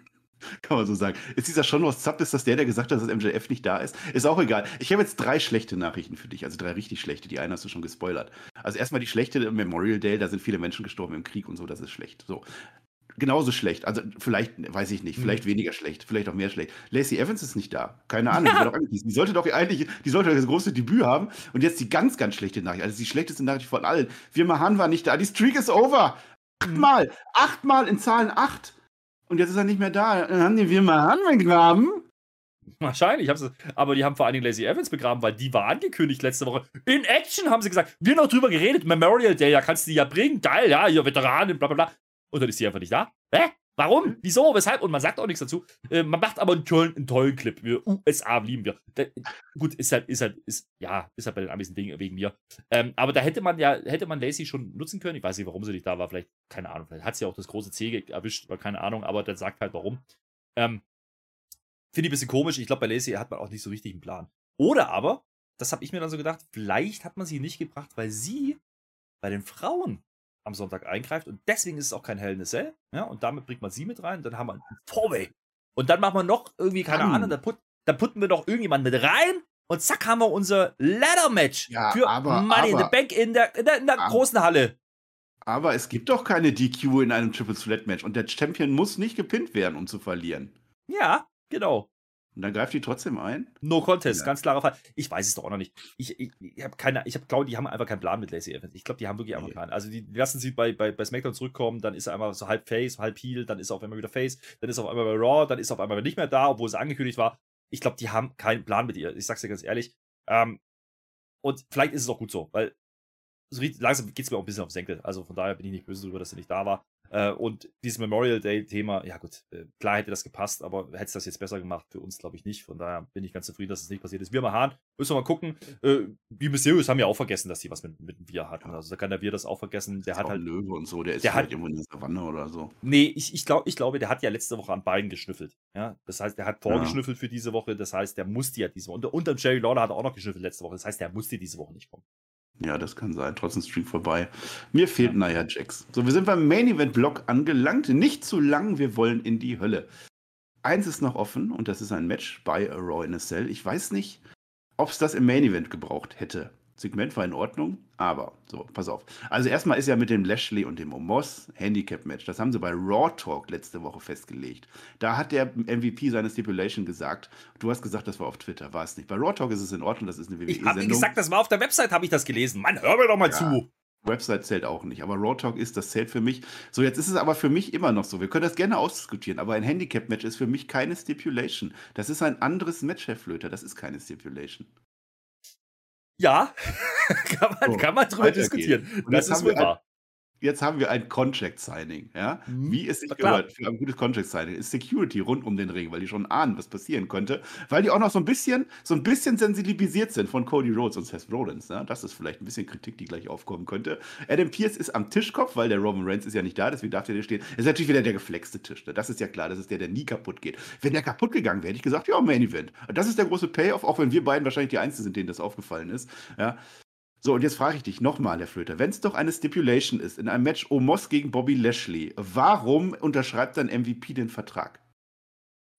Kann man so sagen. Ist dieser John Ross Sapp, ist das der, der gesagt hat, dass M J F nicht da ist? Ist auch egal. Ich habe jetzt drei schlechte Nachrichten für dich, also drei richtig schlechte. Die eine hast du schon gespoilert. Also erstmal die schlechte Memorial Day, da sind viele Menschen gestorben im Krieg und so, das ist schlecht. So. Genauso schlecht. Also vielleicht, weiß ich nicht, vielleicht mhm. weniger schlecht, vielleicht auch mehr schlecht. Lacey Evans ist nicht da. Keine Ahnung. Die, die sollte doch eigentlich, die sollte das große Debüt haben. Und jetzt die ganz, ganz schlechte Nachricht. Also die schlechteste Nachricht von allen. Wir Mahan war nicht da. Die Streak ist over. Achtmal. Achtmal in Zahlen acht. Und jetzt ist er nicht mehr da. Dann haben die Wir Mahan begraben. Wahrscheinlich. Hab's, aber die haben vor allen Dingen Lacey Evans begraben, weil die war angekündigt letzte Woche. In Action haben sie gesagt. Wir haben noch drüber geredet. Memorial Day, ja, kannst du die ja bringen. Geil, ja, ihr Veteranen, bla bla bla. Und dann ist sie einfach nicht da. Hä? Warum? Wieso? Weshalb? Und man sagt auch nichts dazu. Äh, man macht aber einen tollen, einen tollen Clip. Wir U S A lieben wir. Da, gut, ist halt, ist halt, ist, ja, ist halt bei den Amis ein Ding wegen mir. Ähm, aber da hätte man ja, hätte man Lacey schon nutzen können. Ich weiß nicht, warum sie nicht da war. Vielleicht, keine Ahnung, vielleicht hat sie auch das große C erwischt, oder keine Ahnung, aber dann sagt halt warum. Ähm, Finde ich ein bisschen komisch. Ich glaube, bei Lacey hat man auch nicht so richtig einen Plan. Oder aber, das habe ich mir dann so gedacht, vielleicht hat man sie nicht gebracht, weil sie bei den Frauen am Sonntag eingreift und deswegen ist es auch kein Hell in a Cell, ja, und damit bringt man sie mit rein, dann haben wir ein Four-Way und dann machen wir noch irgendwie, keine Ahnung, dann, put, dann putten wir noch irgendjemanden mit rein und zack haben wir unser Ladder-Match ja, für aber, Money aber, in the Bank in der, in der, in der großen Halle. Aber es gibt doch keine D Q in einem Triple Threat Match und der Champion muss nicht gepinnt werden, um zu verlieren. Ja, genau. Und dann greift die trotzdem ein? No Contest, ja. Ganz klarer Fall. Ich weiß es doch auch noch nicht. Ich, ich, ich habe keine, ich habe glaube, die haben einfach keinen Plan mit Lacey Evans. Ich glaube, die haben wirklich einfach nee. keinen. Also die lassen sie bei, bei, bei SmackDown zurückkommen, dann ist er einmal so halb Face, halb Heel, dann ist er auf einmal wieder Face, dann ist er auf einmal bei Raw, dann ist er auf einmal nicht mehr da, obwohl es angekündigt war. Ich glaube, die haben keinen Plan mit ihr. Ich sag's dir ganz ehrlich. Ähm, und vielleicht ist es auch gut so, weil so langsam geht es mir auch ein bisschen auf den Senkel. Also von daher bin ich nicht böse darüber, dass sie nicht da war. Äh, und dieses Memorial Day-Thema, ja gut, äh, klar hätte das gepasst, aber hätte es das jetzt besser gemacht? Für uns glaube ich nicht. Von daher bin ich ganz zufrieden, dass es nicht passiert ist. Wir mal Hahn, müssen wir mal gucken. Äh, die Mysterios haben ja auch vergessen, dass die was mit, mit dem Wir hatten. Also da kann der Wir das auch vergessen. Der das hat auch halt. Ein Löwe und so, der ist der vielleicht hat, irgendwo in der Savanne oder so. Nee, ich, ich, glaub, ich glaube, der hat ja letzte Woche an beiden geschnüffelt. Ja? Das heißt, der hat vorgeschnüffelt ja. für diese Woche. Das heißt, der musste ja diese Woche. Und unter Jerry Lawler hat er auch noch geschnüffelt letzte Woche. Das heißt, der musste diese Woche nicht kommen. Ja, das kann sein. Trotzdem Streak vorbei. Mir fehlt ja. Nia Jax. So, wir sind beim Main Event Block angelangt. Nicht zu lang, wir wollen in die Hölle. Eins ist noch offen und das ist ein Match bei A Raw in a Cell. Ich weiß nicht, ob es das im Main Event gebraucht hätte. Segment war in Ordnung, aber so, pass auf. Also erstmal ist ja mit dem Lashley und dem Omos Handicap-Match, das haben sie bei Raw Talk letzte Woche festgelegt. Da hat der M V P seine Stipulation gesagt. Du hast gesagt, das war auf Twitter, war es nicht. Bei Raw Talk ist es in Ordnung, das ist eine W W E-Sendung. Ich habe gesagt, das war auf der Website, habe ich das gelesen. Mann, hör mir doch mal ja. zu. Website zählt auch nicht, aber Raw Talk ist, das zählt für mich. So, jetzt ist es aber für mich immer noch so. Wir können das gerne ausdiskutieren, aber ein Handicap-Match ist für mich keine Stipulation. Das ist ein anderes Match, Herr Flöter, das ist keine Stipulation. Ja, kann, man, so, kann man drüber diskutieren. Das ist wohl wahr. Jetzt haben wir ein Contract-Signing, ja? Mhm. Wie es sich gehört für ein gutes Contract-Signing ist Security rund um den Ring, weil die schon ahnen, was passieren könnte, weil die auch noch so ein bisschen, so ein bisschen sensibilisiert sind von Cody Rhodes und Seth Rollins, ne? Das ist vielleicht ein bisschen Kritik, die gleich aufkommen könnte. Adam Pearce ist am Tischkopf, weil der Roman Reigns ist ja nicht da, deswegen darf der da stehen. Das ist natürlich wieder der geflexte Tisch, ne? Das ist ja klar, das ist der, der nie kaputt geht. Wenn der kaputt gegangen wäre, hätte ich gesagt, ja, Main Event. Das ist der große Payoff, auch wenn wir beiden wahrscheinlich die Einzigen sind, denen das aufgefallen ist, ja? So, und jetzt frage ich dich nochmal, Herr Flöter, wenn es doch eine Stipulation ist, in einem Match Omos gegen Bobby Lashley, warum unterschreibt dann M V P den Vertrag?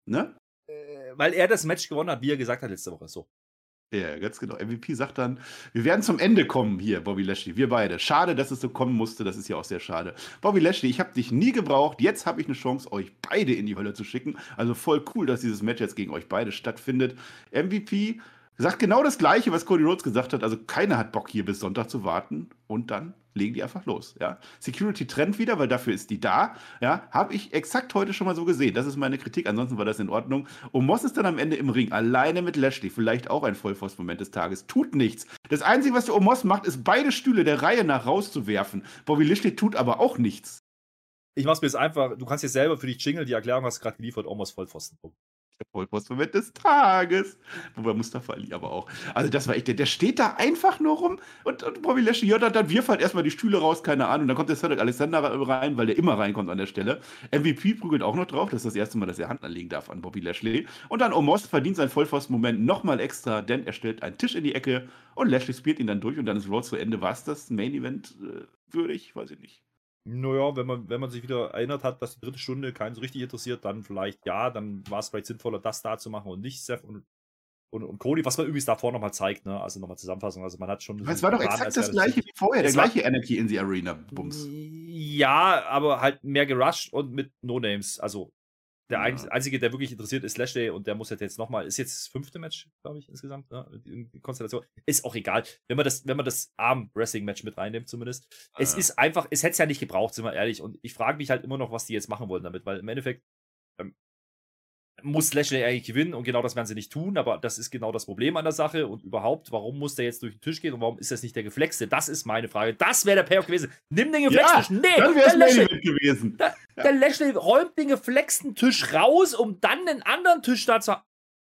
Ne? Äh, weil er das Match gewonnen hat, wie er gesagt hat letzte Woche. So. Ja, ganz genau. M V P sagt dann, wir werden zum Ende kommen hier, Bobby Lashley, wir beide. Schade, dass es so kommen musste, das ist ja auch sehr schade. Bobby Lashley, ich habe dich nie gebraucht, jetzt habe ich eine Chance, euch beide in die Hölle zu schicken. Also voll cool, dass dieses Match jetzt gegen euch beide stattfindet. M V P sagt genau das Gleiche, was Cody Rhodes gesagt hat. Also keiner hat Bock, hier bis Sonntag zu warten. Und dann legen die einfach los. Ja? Security trennt wieder, weil dafür ist die da. Ja? Habe ich exakt heute schon mal so gesehen. Das ist meine Kritik. Ansonsten war das in Ordnung. Und Moss ist dann am Ende im Ring, alleine mit Lashley. Vielleicht auch ein Vollforce-Moment des Tages. Tut nichts. Das Einzige, was der Omos macht, ist beide Stühle der Reihe nach rauszuwerfen. Bobby Lashley tut aber auch nichts. Ich mach's mir jetzt einfach, du kannst jetzt selber für dich jingle, die Erklärung hast du gerade geliefert, Omos Vollpfosten. Der Vollpfosten-Moment des Tages. Wobei Mustafa Ali aber auch. Also das war echt, der, der steht da einfach nur rum und, und Bobby Lashley, ja, dann, dann wirft halt erstmal die Stühle raus, keine Ahnung. Dann kommt der Cedric Alexander rein, weil der immer reinkommt an der Stelle. M V P prügelt auch noch drauf, das ist das erste Mal, dass er Hand anlegen darf an Bobby Lashley. Und dann Omos verdient seinen Vollpfosten-Moment nochmal extra, denn er stellt einen Tisch in die Ecke und Lashley spielt ihn dann durch und dann ist Raw zu Ende. War es das Main-Event äh, würdig? Weiß ich nicht. Naja, wenn man, wenn man sich wieder erinnert hat, dass die dritte Stunde keinen so richtig interessiert, dann vielleicht ja, dann war es vielleicht sinnvoller, das da zu machen und nicht Seth und, und, und Cody, was man übrigens davor nochmal zeigt, ne? Also nochmal Zusammenfassung, also man hat schon... Es war doch exakt das gleiche wie vorher, der gleiche Energy in the Arena, Bums. Ja, aber halt mehr gerusht und mit No-Names, also der Ja. Einzige, der wirklich interessiert, ist Lashley und der muss jetzt nochmal, ist jetzt das fünfte Match, glaube ich, insgesamt, ne? Die Konstellation. Ist auch egal. Wenn man das, wenn man das Arm-Wrestling-Match mit reinnimmt, zumindest. Ah, es ja. ist einfach, es hätte es ja nicht gebraucht, sind wir ehrlich. Und ich frage mich halt immer noch, was die jetzt machen wollen damit, weil im Endeffekt ähm, muss Lashley eigentlich gewinnen und genau das werden sie nicht tun, aber das ist genau das Problem an der Sache und überhaupt, warum muss der jetzt durch den Tisch gehen und warum ist das nicht der Geflexte? Das ist meine Frage. Das wäre der Payoff gewesen. Nimm den geflexten Tisch. Ja, nee, dann wäre es Lashley gewesen. Der, ja. der Lashley räumt den geflexten Tisch raus, um dann einen anderen Tisch da zu haben.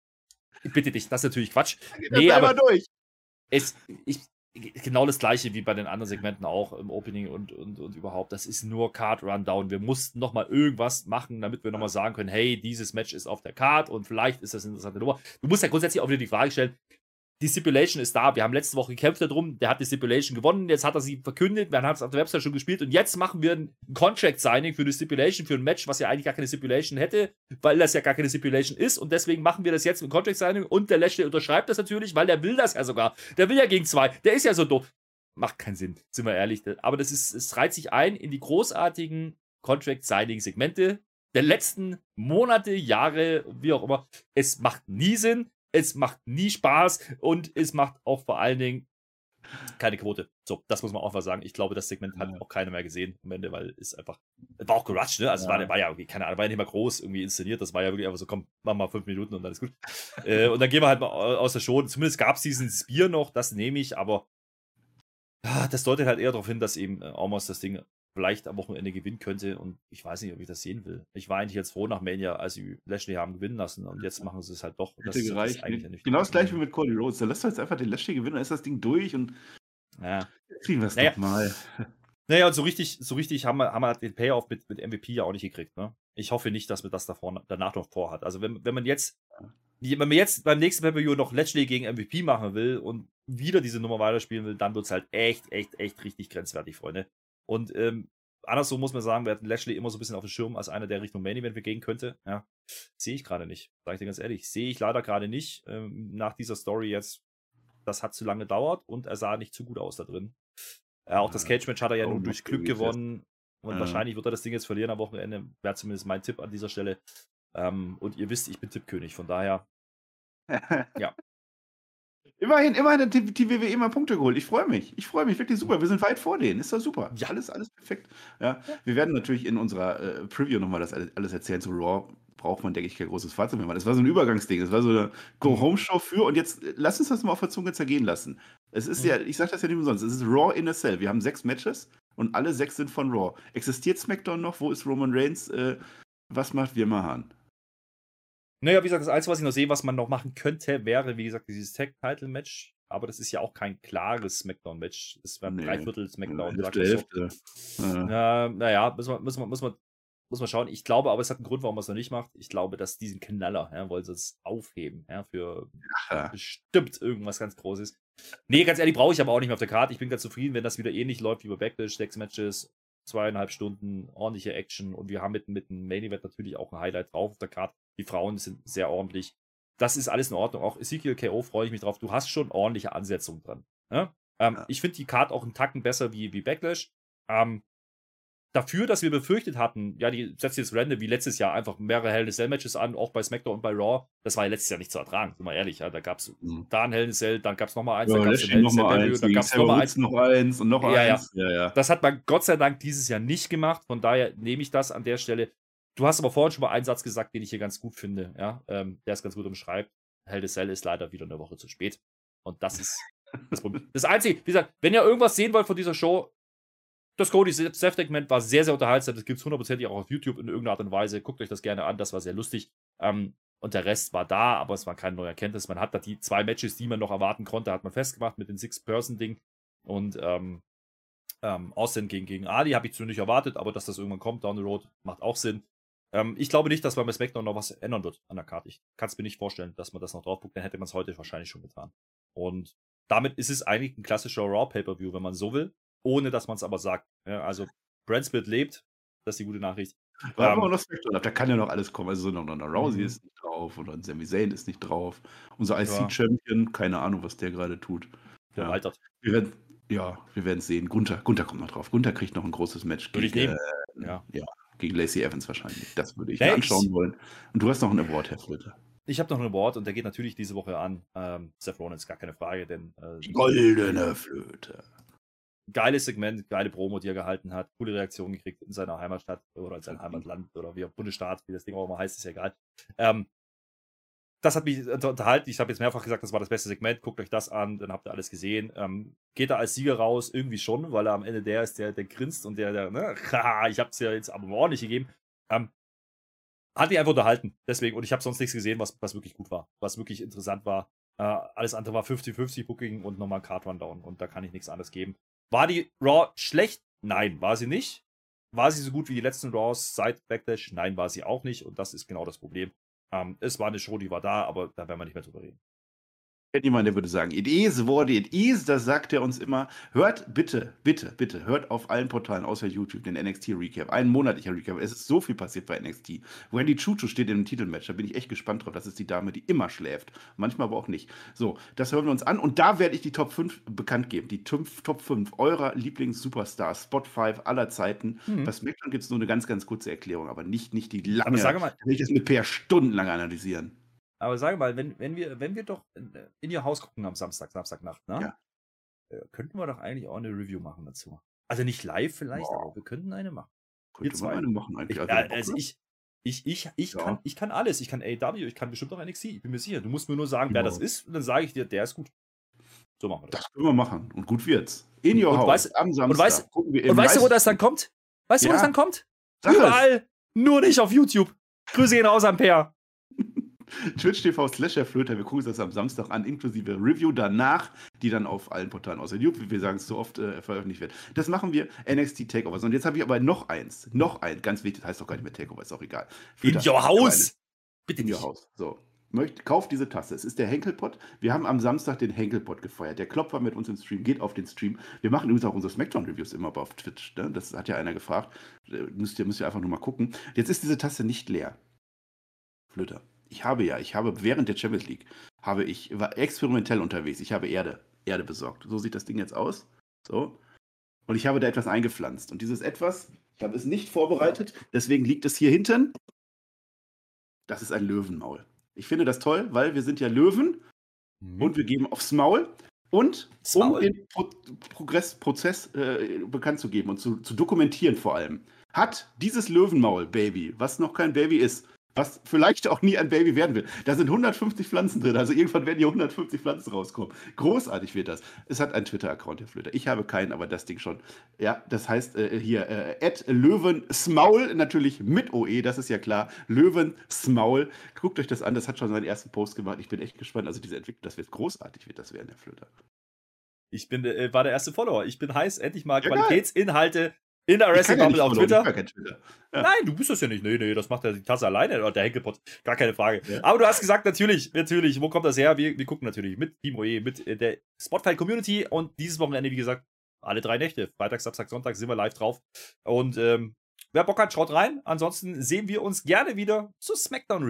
Ich bitte dich, das ist natürlich Quatsch. Das nee, aber durch. Es, ich, genau das gleiche wie bei den anderen Segmenten auch im Opening und, und, und überhaupt. Das ist nur Card Rundown. Wir mussten nochmal irgendwas machen, damit wir nochmal sagen können, hey, dieses Match ist auf der Card und vielleicht ist das eine interessante Nummer. Du musst ja grundsätzlich auch wieder die Frage stellen, die Stipulation ist da. Wir haben letzte Woche gekämpft darum, der hat die Stipulation gewonnen, jetzt hat er sie verkündet, wir haben es auf der Website schon gespielt und jetzt machen wir ein Contract-Signing für die Stipulation, für ein Match, was ja eigentlich gar keine Stipulation hätte, weil das ja gar keine Stipulation ist und deswegen machen wir das jetzt mit Contract-Signing und der Lashley unterschreibt das natürlich, weil der will das ja sogar. Der will ja gegen zwei, der ist ja so doof. Macht keinen Sinn, sind wir ehrlich. Aber das ist, es reiht sich ein in die großartigen Contract-Signing-Segmente der letzten Monate, Jahre, wie auch immer. Es macht nie Sinn. Es macht nie Spaß und es macht auch vor allen Dingen keine Quote. So, das muss man auch mal sagen. Ich glaube, das Segment hat auch keiner mehr gesehen am Ende, weil es einfach, war auch gerusht, ne? Also ja. war, war ja irgendwie, keine Ahnung, war ja nicht mal groß irgendwie inszeniert. Das war ja wirklich einfach so, komm, mach mal fünf Minuten und dann ist gut. äh, und dann gehen wir halt mal aus der Show. Zumindest gab es diesen Spear noch, das nehme ich, aber ah, das deutet halt eher darauf hin, dass eben äh, Omos das Ding vielleicht am Wochenende gewinnen könnte und ich weiß nicht, ob ich das sehen will. Ich war eigentlich jetzt froh nach Mania, als sie Lashley haben gewinnen lassen und jetzt machen sie es halt doch. Das ist eigentlich ja nicht genau das gleiche wie mit Cody Rhodes. Da lässt du jetzt einfach den Lashley gewinnen, dann ist das Ding durch und ja. kriegen wir es naja. doch mal. Naja, und so richtig, so richtig haben wir, haben wir den Payoff mit, mit M V P ja auch nicht gekriegt. Ne? Ich hoffe nicht, dass wir das davor, danach noch vorhat. Also wenn, wenn man jetzt wenn man jetzt beim nächsten Pay-Per-View noch Lashley gegen M V P machen will und wieder diese Nummer weiterspielen will, dann wird es halt echt, echt, echt richtig grenzwertig, Freunde. Und ähm, andersrum muss man sagen, wir hatten Lashley immer so ein bisschen auf dem Schirm als einer, der Richtung Main Event gehen könnte. Ja, sehe ich gerade nicht. Sag ich dir ganz ehrlich. Sehe ich leider gerade nicht. Ähm, nach dieser Story jetzt, das hat zu lange gedauert und er sah nicht zu gut aus da drin. Äh, auch das Cage-Match hat er ja oh, nur durch Glück gewonnen. Und ja. wahrscheinlich wird er das Ding jetzt verlieren am Wochenende. Wäre zumindest mein Tipp an dieser Stelle. Ähm, und ihr wisst, ich bin Tippkönig. Von daher, ja. Immerhin, immerhin hat die, die W W E mal Punkte geholt. Ich freue mich. Ich freue mich wirklich super. Wir sind weit vor denen. Ist doch super. Ja. Alles, alles perfekt. Ja. Wir werden natürlich in unserer äh, Preview nochmal das alles erzählen. Zu Raw braucht man, denke ich, kein großes Fazit mehr machen. Das war so ein Übergangsding. Das war so eine Go-Home-Show für. Und jetzt äh, lass uns das mal auf der Zunge zergehen lassen. Es ist mhm. ja, ich sage das ja nicht umsonst, es ist Raw in a Cell. Wir haben sechs Matches und alle sechs sind von Raw. Existiert SmackDown noch? Wo ist Roman Reigns? Äh, was macht Wirma Hahn? Naja, wie gesagt, das Einzige, was ich noch sehe, was man noch machen könnte, wäre, wie gesagt, dieses Tag-Title-Match. Aber das ist ja auch kein klares Smackdown-Match. Das wäre ein nee. Dreiviertel Smackdown. Ja, Hälfte, Hälfte. So. Ja, naja, müssen wir, müssen, wir, müssen, wir, müssen wir schauen. Ich glaube aber, es hat einen Grund, warum man es noch nicht macht. Ich glaube, dass diesen Knaller, ja, wollen sie es aufheben, ja, für ja. bestimmt irgendwas ganz Großes. Nee, ganz ehrlich, brauche ich aber auch nicht mehr auf der Karte. Ich bin ganz zufrieden, wenn das wieder ähnlich läuft wie bei Backlash, sechs Matches, zweieinhalb Stunden, ordentliche Action und wir haben mit, mit einem Main Event natürlich auch ein Highlight drauf auf der Karte. Die Frauen sind sehr ordentlich. Das ist alles in Ordnung. Auch Ezekiel K O freue ich mich drauf. Du hast schon ordentliche Ansetzungen dran. Ne? Ähm, Ja. Ich finde die Card auch einen Tacken besser wie, wie Backlash. Ähm, dafür, dass wir befürchtet hatten, ja, die setzt jetzt random wie letztes Jahr einfach mehrere Hell in a Cell Matches an, auch bei SmackDown und bei Raw. Das war ja letztes Jahr nicht zu ertragen, sind wir ehrlich. Ja, da gab es Mhm. da ein Hell in a Cell, dann gab es nochmal eins, Ja, dann gab es ein Lashley Hell in a noch Cell mal Debut, eins, dann gegen gab es Sarah nochmal Woods eins. noch eins und noch Ja, ja. eins. Ja, ja. Das hat man Gott sei Dank dieses Jahr nicht gemacht. Von daher nehme ich das an der Stelle. Du hast aber vorhin schon mal einen Satz gesagt, den ich hier ganz gut finde. Ja, ähm, der ist ganz gut umschreibt. Hell in a Cell ist leider wieder eine Woche zu spät. Und das ist das Problem. Das Einzige, wie gesagt, wenn ihr irgendwas sehen wollt von dieser Show, das Cody Seth-Segment war sehr, sehr unterhaltsam. Das gibt es hundertprozentig auch auf YouTube in irgendeiner Art und Weise. Guckt euch das gerne an, das war sehr lustig. Ähm, und der Rest war da, aber es war keine neue Erkenntnis. Man hat da die zwei Matches, die man noch erwarten konnte, hat man festgemacht mit dem Six-Person-Ding. Und ähm, ähm, Austin gegen, gegen Ali habe ich zu nicht erwartet, aber dass das irgendwann kommt, down the road, macht auch Sinn. Ähm, ich glaube nicht, dass man bei SmackDown noch was ändern wird an der Karte. Ich kann es mir nicht vorstellen, dass man das noch drauf guckt, dann hätte man es heute wahrscheinlich schon getan. Und damit ist es eigentlich ein klassischer Raw-Pay-Per-View, wenn man so will, ohne dass man es aber sagt. Ja, also Brand Split lebt, das ist die gute Nachricht. Aber Ähm, ähm, noch SmackDown, da kann ja noch alles kommen. Also so noch eine Rousey Mhm. ist nicht drauf oder ein Sami Zayn ist nicht drauf. Unser I Ja. C-Champion, keine Ahnung, was der gerade tut. Ja. verwaltet. Wir werden, ja, wir werden sehen. Gunther, Gunther kommt noch drauf. Gunther kriegt noch ein großes Match Würde ich gegen, nehmen. äh, Ja. ja, gegen Lacey Evans wahrscheinlich. Das würde ich Nee, mir ich- anschauen wollen. Und du hast noch einen Award, Herr Flöte. Ich habe noch ein Award und der geht natürlich diese Woche an. Ähm, Seth Rollins, gar keine Frage, denn äh, Die goldene Flöte. geiles Segment, geile Promo, die er gehalten hat, coole Reaktion gekriegt in seiner Heimatstadt oder in seinem Heimatland oder wie Bundesstaat, wie das Ding auch immer heißt, ist ja egal. Ähm, das hat mich unterhalten. Ich habe jetzt mehrfach gesagt, das war das beste Segment. Guckt euch das an, dann habt ihr alles gesehen. Ähm, geht er als Sieger raus? Irgendwie schon, weil er am Ende der ist, der, der grinst und der, der, ne, haha, ich habe es ja jetzt aber ordentlich gegeben. Ähm, hat mich einfach unterhalten. Deswegen, und ich habe sonst nichts gesehen, was, was wirklich gut war, was wirklich interessant war. Äh, alles andere war fünfzig fünfzig Booking und nochmal ein Card Rundown und da kann ich nichts anderes geben. War die Raw schlecht? Nein, war sie nicht. War sie so gut wie die letzten Raws seit Backlash? Nein, war sie auch nicht. Und das ist genau das Problem. Ähm, es war eine Show, die war da, aber da werden wir nicht mehr drüber reden. Ich kenne jemanden, der würde sagen, it is what it is, das sagt er uns immer. Hört bitte, bitte, bitte, hört auf allen Portalen außer YouTube den N X T-Recap, einen monatlicher Recap. Es ist so viel passiert bei N X T. Wendy Chuchu steht im Titelmatch, da bin ich echt gespannt drauf. Das ist die Dame, die immer schläft, manchmal aber auch nicht. So, das hören wir uns an und da werde ich die Top fünf bekannt geben. Die Top fünf eurer Lieblings-Superstars, Spot fünf aller Zeiten. Mhm. Bei SmackDown gibt es nur eine ganz, ganz kurze Erklärung, aber nicht, nicht die lange. Aber sage mal, Da will ich das mit Per stundenlang analysieren. aber sage mal, wenn, wenn, wir, wenn wir doch in, in ihr Haus gucken am Samstag, Samstagnacht, ne? Ja. Äh, könnten wir doch eigentlich auch eine Review machen dazu. Also nicht live vielleicht, Boah. aber wir könnten eine machen. Könnte zwei. man eine machen Ich, eigentlich. ja, Also, Bock, also ne? ich, ich, ich, ich, Ja. kann, ich kann alles. Ich kann A E W, ich kann bestimmt auch N X T. Ich bin mir sicher. Du musst mir nur sagen, wer Ja. das ist und dann sage ich dir, der ist gut. So machen wir das. Das können wir machen. Und gut wird's. In your Und house. weißt- am Samstag. weißt- gucken wir im Und weißt du, wo Livestream. das dann kommt? Weißt du, wo Ja. das dann kommt? Sag es. Überall. Nur nicht auf YouTube. Grüße gehen raus an Peer. Twitch T V slash Herr Flöter. Wir gucken uns das am Samstag an, inklusive Review danach, die dann auf allen Portalen außer YouTube, wie wir sagen, es so oft äh, veröffentlicht wird. Das machen wir N X T Takeovers. Und jetzt habe ich aber noch eins. Noch eins. Ganz wichtig, das heißt doch gar nicht mehr Takeover, ist auch egal. In Flöter, your house. eine. Bitte In your nicht. house. So. Möcht, kauft diese Tasse. Es ist der Henkelpot. Wir haben am Samstag den Henkelpot gefeiert. Der Klopfer mit uns im Stream geht auf den Stream. Wir machen übrigens auch unsere Smackdown-Reviews immer auf Twitch. Ne? Das hat ja einer gefragt. Äh, Müsst ihr, müsst ihr einfach nur mal gucken. Jetzt ist diese Tasse nicht leer. Flöter. Ich habe ja, ich habe während der Champions League, habe ich, war experimentell unterwegs. Ich habe Erde, Erde besorgt. So sieht das Ding jetzt aus. So. Und ich habe da etwas eingepflanzt. Und dieses etwas, ich habe es nicht vorbereitet, deswegen liegt es hier hinten. Das ist ein Löwenmaul. Ich finde das toll, weil wir sind ja Löwen und wir geben aufs Maul. Und um Maul. den Pro Progress Prozess äh, bekannt zu geben und zu, zu dokumentieren vor allem, hat dieses Löwenmaul, Baby, was noch kein Baby ist, was vielleicht auch nie ein Baby werden wird. Da sind hundertfünfzig Pflanzen drin, also irgendwann werden hier hundertfünfzig Pflanzen rauskommen. Großartig wird das. Es hat einen Twitter-Account, der Flöter. Ich habe keinen, aber das Ding schon. Ja, das heißt äh, hier, äh, Löwensmaul, natürlich mit O E, das ist ja klar. Löwensmaul. Guckt euch das an, das hat schon seinen ersten Post gemacht. Ich bin echt gespannt. Also diese Entwicklung, das wird großartig, wird das werden, der Flöter. Ich bin, äh, war der erste Follower. Ich bin heiß, endlich mal Ja, Qualitätsinhalte in der Ich Wrestling kann ja Bubble nicht auf followen, Twitter. ich hab ja kein Twitter. Ja. Nein, du bist das ja nicht. Nee, nee, das macht ja die Tasse alleine oder der Henkelpot. Gar keine Frage. Ja. Aber du hast gesagt, natürlich, natürlich, wo kommt das her? Wir, wir gucken natürlich mit Team O E, mit äh, der Spotify Community und dieses Wochenende, wie gesagt, alle drei Nächte. Freitag, Samstag, Sonntag sind wir live drauf. Und ähm, wer Bock hat, schaut rein. Ansonsten sehen wir uns gerne wieder zur Smackdown Review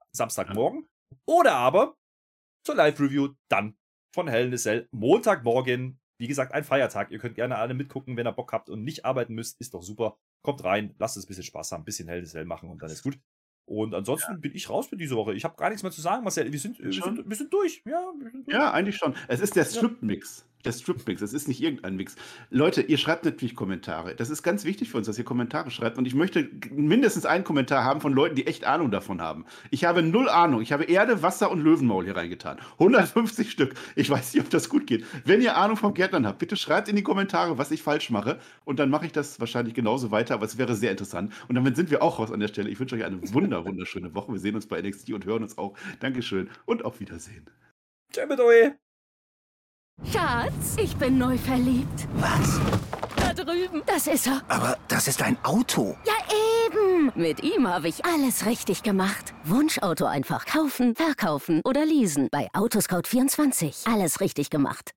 Samstagmorgen. Oder aber zur Live-Review dann von Hell in a Cell Montagmorgen. Wie gesagt, ein Feiertag. Ihr könnt gerne alle mitgucken, wenn ihr Bock habt und nicht arbeiten müsst. Ist doch super. Kommt rein, lasst uns ein bisschen Spaß haben, ein bisschen Hell in a Cell machen und dann ist gut. Und ansonsten ja. bin ich raus für diese Woche. Ich habe gar nichts mehr zu sagen, Marcel. Wir sind, wir sind, wir sind durch. Ja, wir sind durch. Ja, eigentlich schon. Es ist der Strip-Mix. Der Strip-Mix. Es ist nicht irgendein Mix. Leute, ihr schreibt natürlich Kommentare. Das ist ganz wichtig für uns, dass ihr Kommentare schreibt. Und ich möchte mindestens einen Kommentar haben von Leuten, die echt Ahnung davon haben. Ich habe null Ahnung. Ich habe Erde, Wasser und Löwenmaul hier reingetan. hundertfünfzig Stück. Ich weiß nicht, ob das gut geht. Wenn ihr Ahnung vom Gärtnern habt, bitte schreibt in die Kommentare, was ich falsch mache. Und dann mache ich das wahrscheinlich genauso weiter. Aber es wäre sehr interessant. Und damit sind wir auch raus an der Stelle. Ich wünsche euch eine wunder, wunderschöne Woche. Wir sehen uns bei N X T und hören uns auch. Dankeschön und auf Wiedersehen. Ciao mit euch. Schatz, ich bin neu verliebt. Was? Da drüben. Das ist er. Aber das ist ein Auto. Ja, eben. Mit ihm habe ich alles richtig gemacht. Wunschauto einfach kaufen, verkaufen oder leasen. Bei Autoscout vierundzwanzig. Alles richtig gemacht.